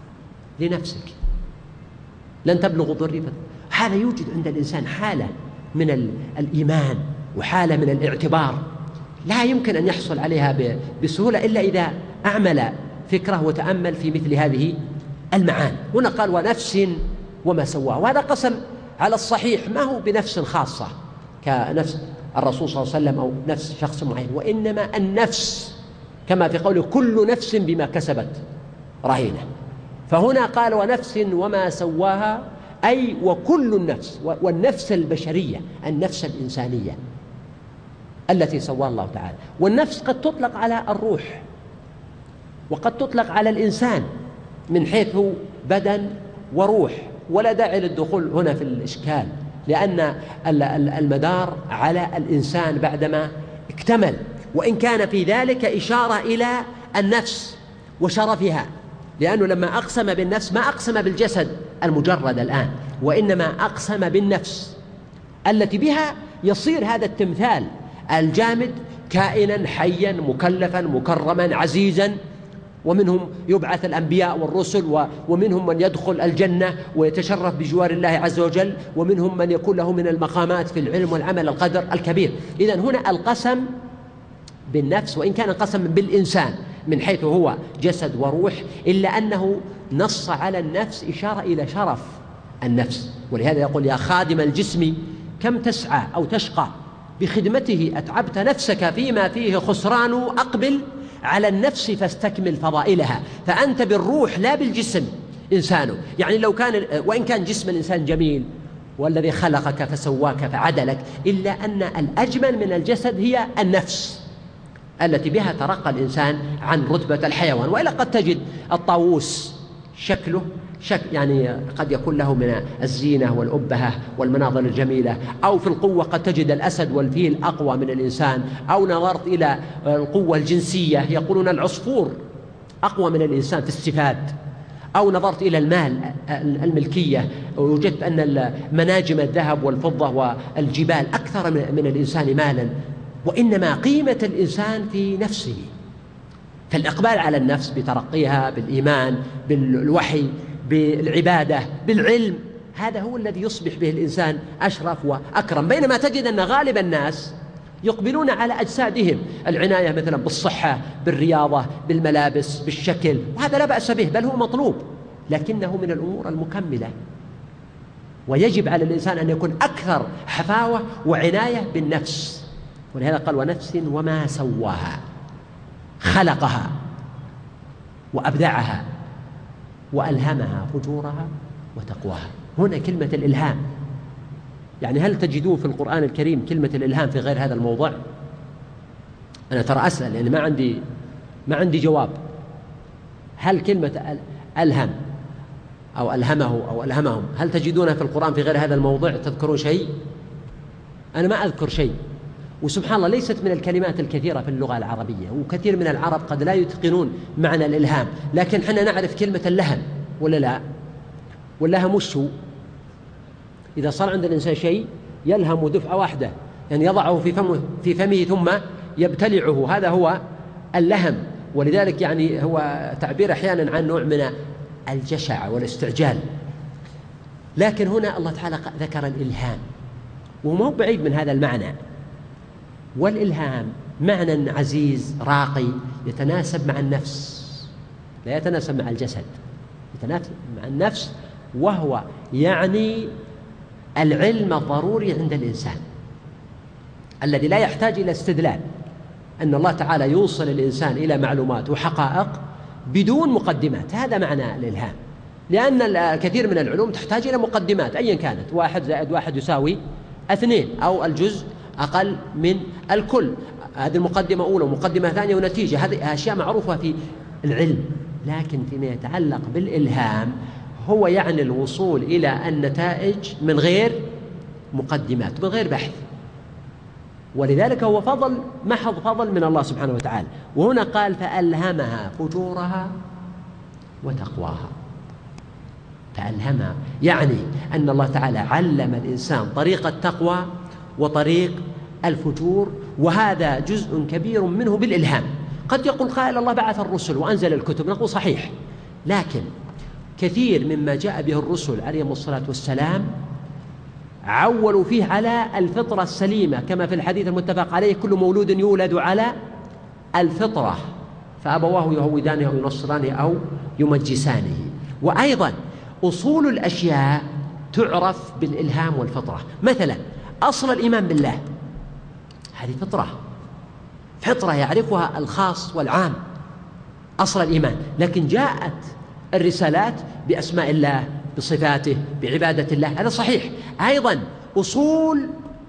لنفسك، لن تبلغوا ضري. هذا يوجد عند الإنسان حالة من الإيمان وحالة من الاعتبار لا يمكن أن يحصل عليها بسهولة إلا إذا أعمل فكره وتأمل في مثل هذه المعاني. هنا قال ونفس وما سواها، وهذا قسم على الصحيح ما هو بنفس خاصة كنفس الرسول صلى الله عليه وسلم أو نفس شخص معين، وإنما النفس كما في قوله كل نفس بما كسبت رهينة. فهنا قال ونفس وما سواها أي وكل النفس، والنفس البشرية النفس الإنسانية التي سواها الله تعالى. والنفس قد تطلق على الروح وقد تطلق على الإنسان من حيث بدن وروح، ولا داعي للدخول هنا في الإشكال، لأن المدار على الإنسان بعدما اكتمل، وإن كان في ذلك إشارة إلى النفس وشرفها، لأنه لما أقسم بالنفس ما أقسم بالجسد المجرد الآن، وإنما أقسم بالنفس التي بها يصير هذا التمثال الجامد كائنا حيا مكلفا مكرما عزيزا، ومنهم يبعث الأنبياء والرسل، ومنهم من يدخل الجنة ويتشرف بجوار الله عز وجل، ومنهم من يكون له من المقامات في العلم والعمل القدر الكبير. إذن هنا القسم بالنفس وإن كان قسم بالإنسان من حيث هو جسد وروح، إلا أنه نص على النفس إشارة إلى شرف النفس. ولهذا يقول يا خادم الجسم كم تسعى أو تشقى بخدمته أتعبت نفسك فيما فيه خسران، أقبل على النفس فاستكمل فضائلها، فأنت بالروح لا بالجسم إنسان. يعني لو كان وإن كان جسم الإنسان جميل والذي خلقك فسواك فعدلك، إلا أن الأجمل من الجسد هي النفس التي بها ترقى الإنسان عن رتبة الحيوان. وإلا قد تجد الطاووس شكله شكل يعني قد يكون له من الزينة والأبهة والمناظر الجميلة، أو في القوة قد تجد الأسد والفيل أقوى من الإنسان، أو نظرت إلى القوة الجنسية يقولون العصفور أقوى من الإنسان في الصفات، أو نظرت إلى المال الملكية ووجدت أن مناجم الذهب والفضة والجبال أكثر من الإنسان مالا. وإنما قيمة الإنسان في نفسه، فالإقبال على النفس بترقيها بالإيمان بالوحي بالعبادة بالعلم، هذا هو الذي يصبح به الإنسان أشرف وأكرم. بينما تجد أن غالب الناس يقبلون على أجسادهم، العناية مثلا بالصحة بالرياضة بالملابس بالشكل، وهذا لا بأس به بل هو مطلوب، لكنه من الأمور المكملة، ويجب على الإنسان أن يكون أكثر حفاوة وعناية بالنفس. ولهذا قال ونفس وما سواها، خلقها وأبدعها وألهمها فجورها وتقواها. هنا كلمة الإلهام، يعني هل تجدون في القرآن الكريم كلمة الإلهام في غير هذا الموضع؟ أنا ترى أسأل يعني ما عندي ما عندي جواب. هل كلمة ألهم أو ألهمه أو ألهمهم هل تجدونها في القرآن في غير هذا الموضع؟ تذكرون شيء؟ أنا ما أذكر شيء. وسبحان الله ليست من الكلمات الكثيرة في اللغة العربية، وكثير من العرب قد لا يتقنون معنى الإلهام، لكن حنا نعرف كلمة اللهم ولا لا؟ واللهم وش هو؟ إذا صار عند الإنسان شيء يلهم دفعة واحدة، يعني يضعه في فمه, في فمه ثم يبتلعه، هذا هو اللهم. ولذلك يعني هو تعبير أحيانا عن نوع من الجشع والاستعجال. لكن هنا الله تعالى ذكر الإلهام، وما هو بعيد من هذا المعنى. والإلهام معنى عزيز راقي يتناسب مع النفس، لا يتناسب مع الجسد، يتناسب مع النفس، وهو يعني العلم الضروري عند الإنسان الذي لا يحتاج إلى استدلال، أن الله تعالى يوصل الإنسان إلى معلومات وحقائق بدون مقدمات. هذا معنى الإلهام، لأن الكثير من العلوم تحتاج إلى مقدمات أيا كانت، واحد زائد واحد يساوي اثنين، أو الجزء أقل من الكل، هذه المقدمة أولى ومقدمة ثانية ونتيجة، هذه أشياء معروفة في العلم. لكن فيما يتعلق بالإلهام هو يعني الوصول إلى النتائج من غير مقدمات من غير بحث، ولذلك هو فضل محض فضل من الله سبحانه وتعالى. وهنا قال فألهمها فجورها وتقواها. فألهمها يعني أن الله تعالى علم الإنسان طريق التقوى وطريق الفجور، وهذا جزء كبير منه بالإلهام. قد يقول قائل الله بعث الرسل وأنزل الكتب، نقول صحيح، لكن كثير مما جاء به الرسل عليهم الصلاة والسلام عولوا فيه على الفطرة السليمة، كما في الحديث المتفق عليه: كل مولود يولد على الفطرة فأبواه يهودانه أو ينصرانه أو يمجسانه. وأيضا أصول الأشياء تعرف بالإلهام والفطرة. مثلا أصل الإيمان بالله هذه فطرة، فطرة يعرفها الخاص والعام، أصل الإيمان. لكن جاءت الرسالات بأسماء الله، بصفاته، بعبادة الله، هذا صحيح. أيضا أصول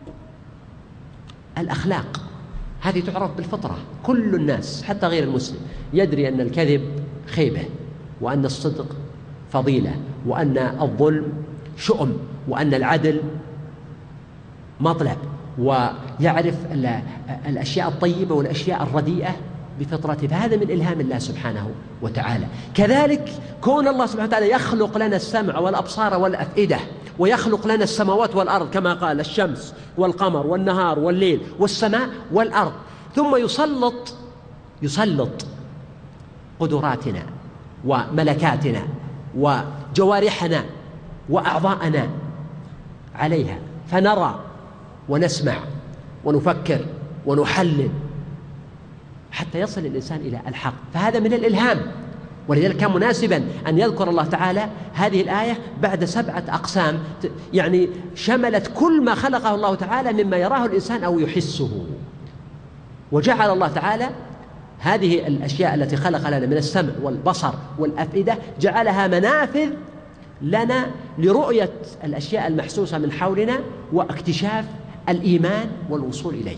الأخلاق هذه تعرف بالفطرة. كل الناس حتى غير المسلم يدري أن الكذب خيبة، وأن الصدق فضيلة، وأن الظلم شؤم، وأن العدل مطلب، ويعرف الأشياء الطيبة والأشياء الرديئة بفطرته. فهذا من إلهام الله سبحانه وتعالى. كذلك كون الله سبحانه وتعالى يخلق لنا السمع والأبصار والأفئدة، ويخلق لنا السماوات والأرض كما قال: الشمس والقمر والنهار والليل والسماء والأرض، ثم يسلط يسلط قدراتنا وملكاتنا وجوارحنا وأعضاءنا عليها، فنرى ونسمع ونفكر ونحلل حتى يصل الإنسان إلى الحق. فهذا من الإلهام. ولذلك كان مناسبا أن يذكر الله تعالى هذه الآية بعد سبعة أقسام، يعني شملت كل ما خلقه الله تعالى مما يراه الإنسان أو يحسه. وجعل الله تعالى هذه الأشياء التي خلق لنا من السمع والبصر والأفئدة جعلها منافذ لنا لرؤية الأشياء المحسوسة من حولنا واكتشاف الإيمان والوصول إليه.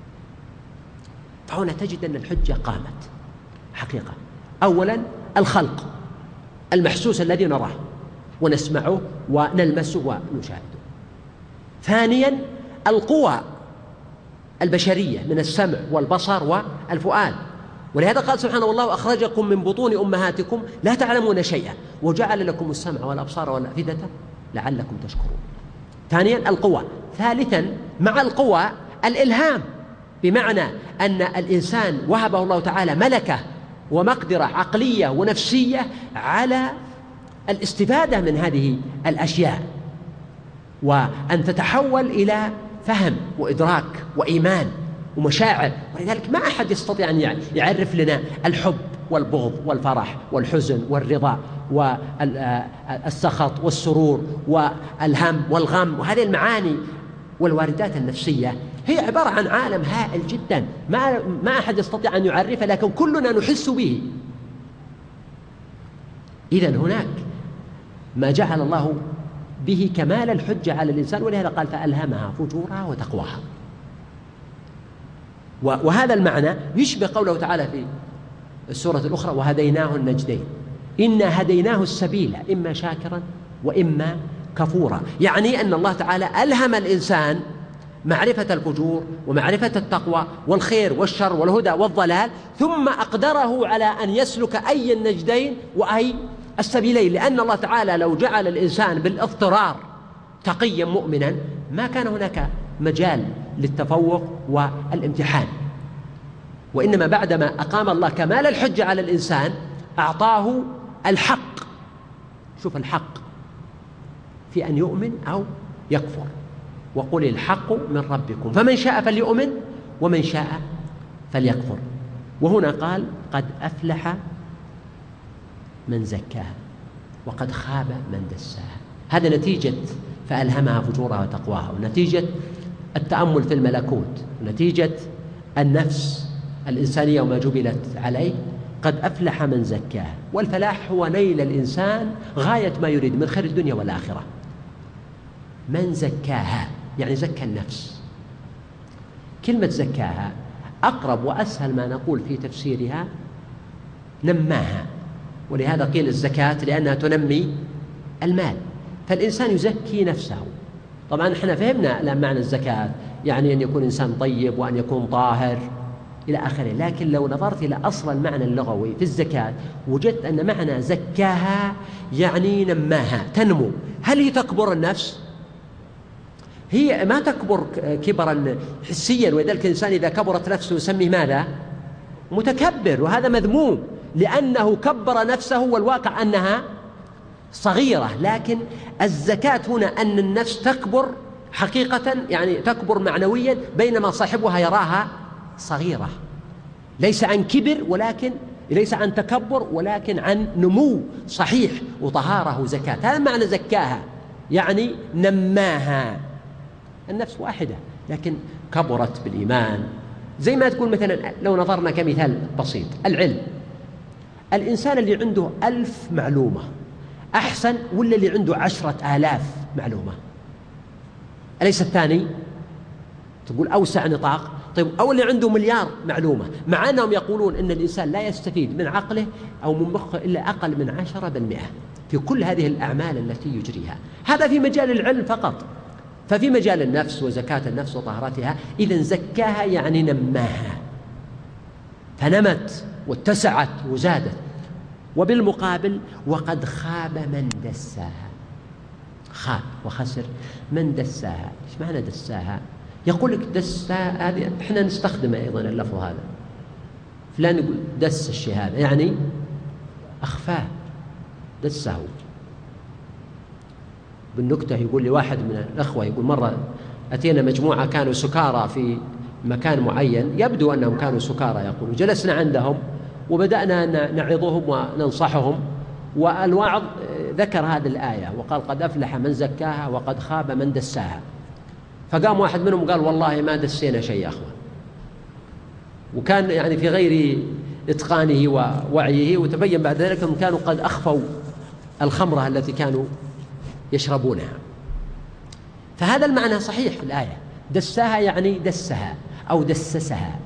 فهنا تجد أن الحجة قامت حقيقة. أولا الخلق المحسوس الذي نراه ونسمعه ونلمسه ونشاهده. ثانيا القوى البشرية من السمع والبصر والفؤاد. ولهذا قال سبحانه: والله أخرجكم من بطون أمهاتكم لا تعلمون شيئا وجعل لكم السمع والأبصار والأفئدة لعلكم تشكرون. ثانيا القوى. ثالثا مع القوى الإلهام، بمعنى أن الإنسان وهبه الله تعالى ملكة ومقدرة عقلية ونفسية على الاستفادة من هذه الأشياء، وأن تتحول إلى فهم وإدراك وإيمان ومشاعر. ولذلك ما أحد يستطيع أن يعرف لنا الحب والبغض والفرح والحزن والرضا والسخط والسرور والهم والغم، وهذه المعاني والواردات النفسية هي عبارة عن عالم هائل جدا ما ما أحد يستطيع أن يعرفه، لكن كلنا نحس به. إذن هناك ما جعل الله به كمال الحجة على الإنسان، ولهذا قال: فألهمها فجورها وتقواها. وهذا المعنى يشبه قوله تعالى في السورة الأخرى: وهديناه النجدين إنا هديناه السبيل إما شاكرا وإما كفورا. يعني أن الله تعالى ألهم الإنسان معرفة الفجور ومعرفة التقوى والخير والشر والهدى والضلال، ثم أقدره على أن يسلك أي النجدين وأي السبيلين. لأن الله تعالى لو جعل الإنسان بالاضطرار تقيا مؤمنا ما كان هناك مجال للتفوق والامتحان، وإنما بعدما أقام الله كمال الحجة على الإنسان أعطاه الحق. شوف الحق في أن يؤمن أو يكفر، وقل الحق من ربكم فمن شاء فليؤمن ومن شاء فليكفر. وهنا قال: قد أفلح من زكاها وقد خاب من دساها. هذا نتيجة فألهمها فجورها وتقواها، ونتيجة التأمل في الملكوت، ونتيجة النفس الإنسانية وما جبلت عليه. قد أفلح من زكاها. والفلاح هو نيل الإنسان غاية ما يريد من خير الدنيا والآخرة. من زكاها يعني زكى النفس. كلمة زكاها أقرب وأسهل ما نقول في تفسيرها نماها، ولهذا قيل الزكاة لأنها تنمي المال، فالإنسان يزكي نفسه. طبعا احنا فهمنا الآن معنى الزكاة، يعني أن يكون إنسان طيب وأن يكون طاهر إلى آخره. لكن لو نظرت إلى أصل المعنى اللغوي في الزكاة وجدت أن معنى زكاها يعني نماها، تنمو. هل هي تكبر النفس؟ هي ما تكبر كبرا حسيا، ولذلك الإنسان إذا كبرت نفسه يسميه ماذا؟ متكبر، وهذا مذموم لأنه كبر نفسه والواقع أنها صغيرة. لكن الزكاة هنا أن النفس تكبر حقيقة يعني تكبر معنويا، بينما صاحبها يراها صغيرة، ليس عن كبر ولكن ليس عن تكبر ولكن عن نمو صحيح وطهارة وزكاة. هذا معنى زكاها، يعني نماها. النفس واحدة لكن كبرت بالإيمان. زي ما تقول مثلا، لو نظرنا كمثال بسيط، العلم، الإنسان اللي عنده ألف معلومة أحسن ولا اللي عنده عشرة آلاف معلومة؟ أليس الثاني تقول أوسع نطاق؟ طيب، أو اللي عنده مليار معلومة، مع أنهم يقولون أن الإنسان لا يستفيد من عقله أو من مخه إلا أقل من عشرة بالمئة في كل هذه الأعمال التي يجريها. هذا في مجال العلم فقط. ففي مجال النفس وزكاة النفس وطهارتها، إذن زكاها يعني نماها، فنمت واتسعت وزادت. وبالمقابل وقد خاب من دساها، خاب وخسر من دساها. ايش معنى دساها؟ يقول لك دساها، هذه احنا نستخدمه ايضا اللفظ هذا، فلان يقول دس الشيء هذا، يعني اخفاه، دسه. بالنكتة يقول لي واحد من الأخوة، يقول مرة أتينا مجموعة كانوا سكارى في مكان معين، يبدو أنهم كانوا سكارى، يقول جلسنا عندهم وبدأنا نعظهم وننصحهم، والواعظ ذكر هذه الآية وقال قد أفلح من زكاها وقد خاب من دساها. فقام واحد منهم قال والله ما دسينا شيء يا أخوة، وكان يعني في غير إتقانه ووعيه، وتبين بعد ذلك أنهم كانوا قد أخفوا الخمرة التي كانوا يشربونها. فهذا المعنى صحيح في الآية، دساها يعني دسها أو دسسها،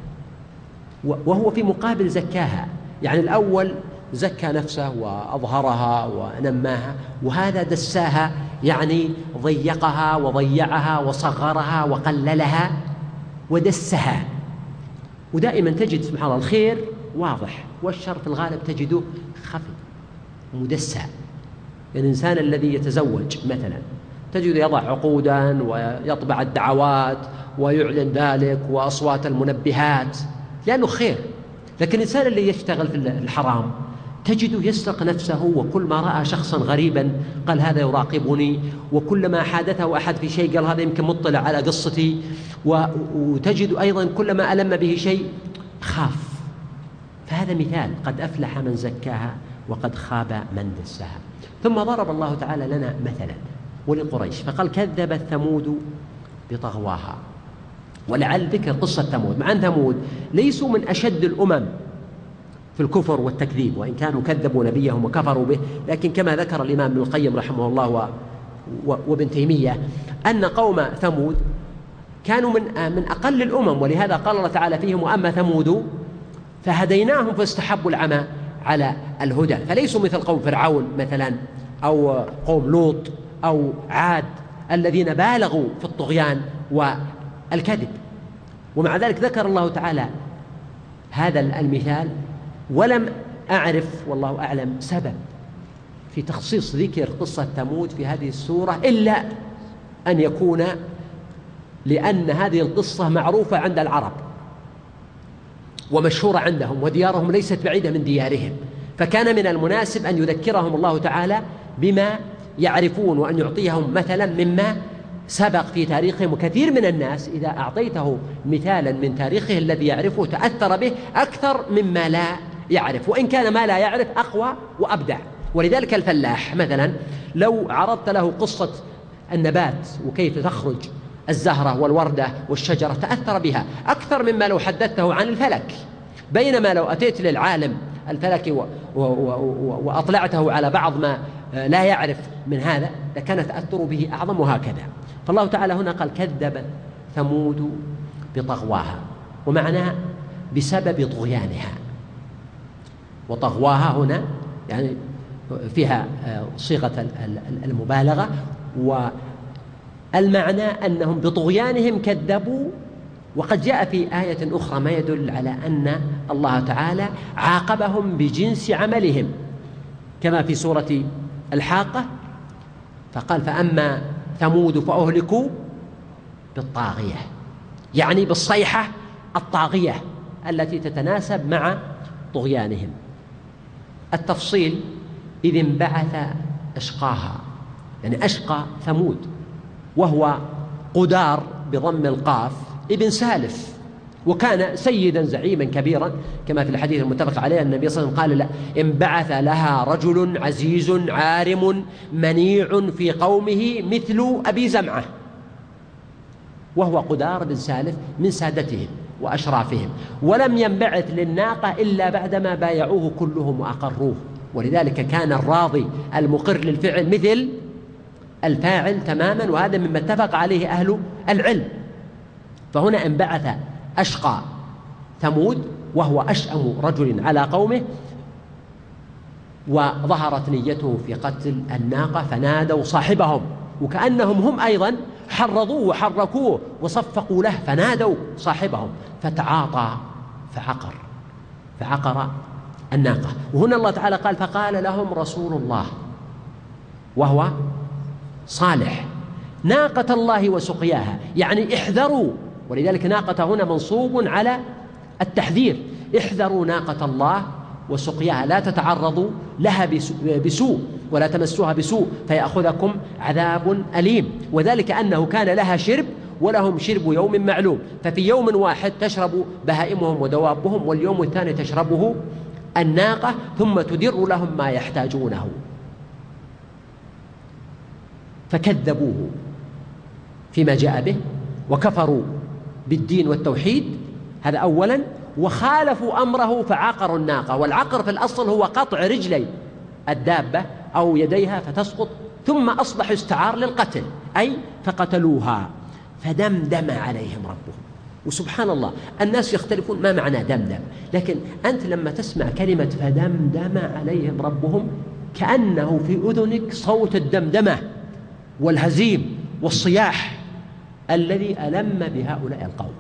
وهو في مقابل زكاها. يعني الأول زكى نفسه وأظهرها ونماها، وهذا دساها يعني ضيقها وضيعها وصغرها وقللها ودسها. ودائما تجد سبحان الله الخير واضح والشر في الغالب تجده خفي مدسى. الإنسان الذي يتزوج مثلا تجد يضع عقودا ويطبع الدعوات ويعلن ذلك وأصوات المنبهات لأنه خير. لكن الإنسان اللي يشتغل في الحرام تجده يسرق نفسه، وكل ما رأى شخصا غريبا قال هذا يراقبني، وكلما حادثه أحد في شيء قال هذا يمكن مطلع على قصتي، وتجد أيضا كلما ألم به شيء خاف. فهذا مثال، قد أفلح من زكاها وقد خاب من دساها. ثم ضرب الله تعالى لنا مثلا ولقريش فقال كذبت ثمود بطغواها. ولعل ذكر قصة ثمود، مع أن ثمود ليسوا من أشد الأمم في الكفر والتكذيب، وإن كانوا كذبوا نبيهم وكفروا به، لكن كما ذكر الإمام ابن القيم رحمه الله وابن تيمية أن قوم ثمود كانوا من من أقل الأمم، ولهذا قال الله تعالى فيهم وأما ثمود فهديناهم فاستحبوا العمى على الهدى. فليسوا مثل قوم فرعون مثلا أو قوم لوط أو عاد الذين بالغوا في الطغيان والكذب. ومع ذلك ذكر الله تعالى هذا المثال، ولم أعرف والله أعلم سبب في تخصيص ذكر قصة ثمود في هذه السورة إلا أن يكون لأن هذه القصة معروفة عند العرب ومشهورة عندهم، وديارهم ليست بعيدة من ديارهم، فكان من المناسب أن يذكرهم الله تعالى بما يعرفون، وأن يعطيهم مثلا مما سبق في تاريخهم. وكثير من الناس إذا أعطيته مثالا من تاريخه الذي يعرفه تأثر به أكثر مما لا يعرف، وإن كان ما لا يعرف أقوى وأبدع. ولذلك الفلاح مثلا لو عرضت له قصة النبات وكيف تخرج الزهرة والوردة والشجرة تأثر بها أكثر مما لو حدثته عن الفلك. بينما لو أتيت للعالم الفلكي وأطلعته على بعض ما لا يعرف من هذا لكان تأثر به أعظم، وهكذا. فالله تعالى هنا قال كذبت ثمود بطغواها، ومعناه بسبب طغيانها. وطغواها هنا يعني فيها صيغة المبالغة، والمعنى أنهم بطغيانهم كذبوا. وقد جاء في آية أخرى ما يدل على أن الله تعالى عاقبهم بجنس عملهم، كما في سورة الحاقة فقال فأما ثمود فأهلكوا بالطاغية، يعني بالصيحة الطاغية التي تتناسب مع طغيانهم. التفصيل إذ انبعث أشقاها، يعني أشقى ثمود وهو قدار بضم القاف ابن سالف، وكان سيدا زعيما كبيرا كما في الحديث المتفق عليه. النبي صلى الله عليه وسلم قال: لا انبعث لها رجل عزيز عارم منيع في قومه مثل أبي زمعة، وهو قدار بن سالف من سادتهم وأشرافهم، ولم ينبعث للناقة إلا بعدما بايعوه كلهم وأقروه، ولذلك كان الراضي المقر للفعل مثل الفاعل تماما، وهذا مما اتفق عليه أهل العلم. فهنا انبعث أشقى ثمود وهو أشأم رجل على قومه، وظهرت نيته في قتل الناقة فنادوا صاحبهم، وكأنهم هم أيضا حرضوه وحركوه وصفقوا له، فنادوا صاحبهم فتعاطى فعقر فعقر الناقة. وهنا الله تعالى قال: فقال لهم رسول الله، وهو صالح، ناقة الله وسقياها، يعني احذروا. ولذلك ناقة هنا منصوب على التحذير، احذروا ناقة الله وسقياها، لا تتعرضوا لها بسوء ولا تمسوها بسوء فيأخذكم عذاب أليم. وذلك أنه كان لها شرب ولهم شرب يوم معلوم، ففي يوم واحد تشرب بهائمهم ودوابهم، واليوم الثاني تشربه الناقة، ثم تدر لهم ما يحتاجونه. فكذبوه فيما جاء به وكفروا بالدين والتوحيد، هذا أولا، وخالفوا أمره فعقروا الناقة. والعقر في الأصل هو قطع رجلي الدابة أو يديها فتسقط، ثم أصبح استعار للقتل، أي فقتلوها فدمدم عليهم ربهم. وسبحان الله الناس يختلفون ما معنى دمدم، لكن أنت لما تسمع كلمة فدمدم عليهم ربهم كأنه في أذنك صوت الدمدمة والهزيم والصياح الذي ألم بهؤلاء القوم،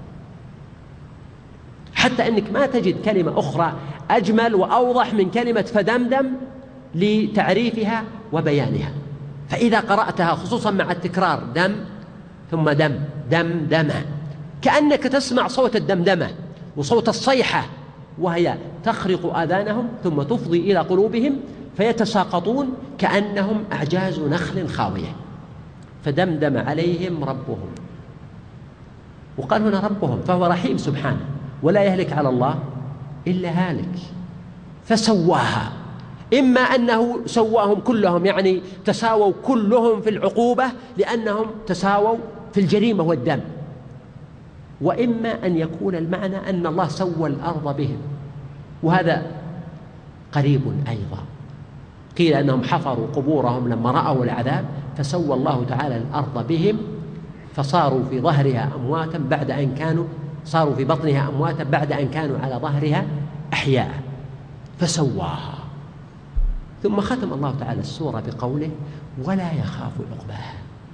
حتى أنك ما تجد كلمة أخرى أجمل وأوضح من كلمة فدمدم لتعريفها وبيانها. فإذا قرأتها خصوصا مع التكرار دم ثم دم دم دم، كأنك تسمع صوت الدمدمة وصوت الصيحة وهي تخرق آذانهم ثم تفضي إلى قلوبهم فيتساقطون كأنهم أعجاز نخل خاوية. فدمدم عليهم ربهم، وقال هنا ربهم فهو رحيم سبحانه، ولا يهلك على الله إلا هالك. فسواها، إما أنه سواهم كلهم يعني تساووا كلهم في العقوبة لأنهم تساووا في الجريمة والدم، وإما أن يكون المعنى أن الله سوى الأرض بهم، وهذا قريب أيضا. قيل أنهم حفروا قبورهم لما رأوا العذاب فسوى الله تعالى الأرض بهم، فصاروا في ظهرها أمواتا بعد أن كانوا صاروا في بطنها أمواتا بعد أن كانوا على ظهرها أحياء فسواها. ثم ختم الله تعالى السورة بقوله: ولا يخاف عقباها.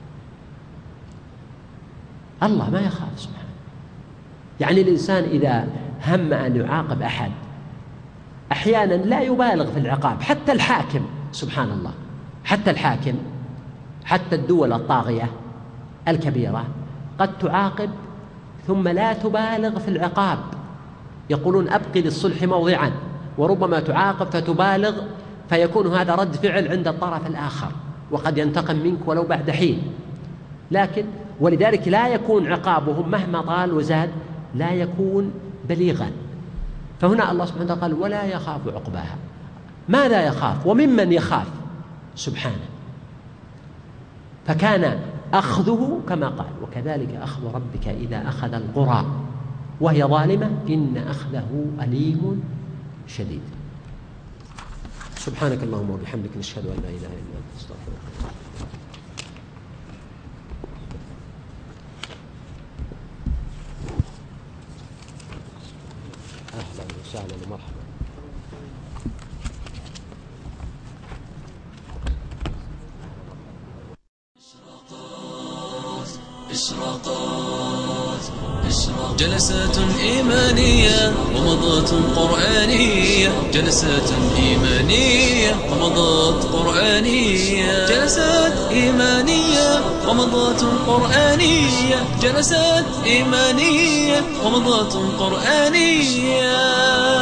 الله ما يخاف سبحانه. يعني الإنسان إذا هم أن يعاقب أحد أحيانا لا يبالغ في العقاب، حتى الحاكم سبحان الله، حتى الحاكم، حتى الدول الطاغية الكبيرة قد تعاقب ثم لا تبالغ في العقاب. يقولون أبقي للصلح موضعا، وربما تعاقب فتبالغ فيكون هذا رد فعل عند الطرف الآخر وقد ينتقم منك ولو بعد حين. لكن ولذلك لا يكون عقابهم مهما طال وزاد لا يكون بليغا. فهنا الله سبحانه وتعالى قال: ولا يخاف عقباها. ماذا يخاف وممن يخاف سبحانه؟ فكان أخذه كما قال: وكذلك أخذ ربك إذا أخذ القرى وهي ظالمة إن أخذه أليم شديد. سبحانك اللهم وبحمدك نشهد أن لا إله إلا أنت نستغفرك. أهلا وسهلا ومرحبا. إشراقات إشراقات جلسات إيمانية ومضات قرآنية، جلسات إيمانية ومضات قرآنية، جلسات إيمانية ومضات قرآنية، جلسات إيمانية ومضات قرآنية.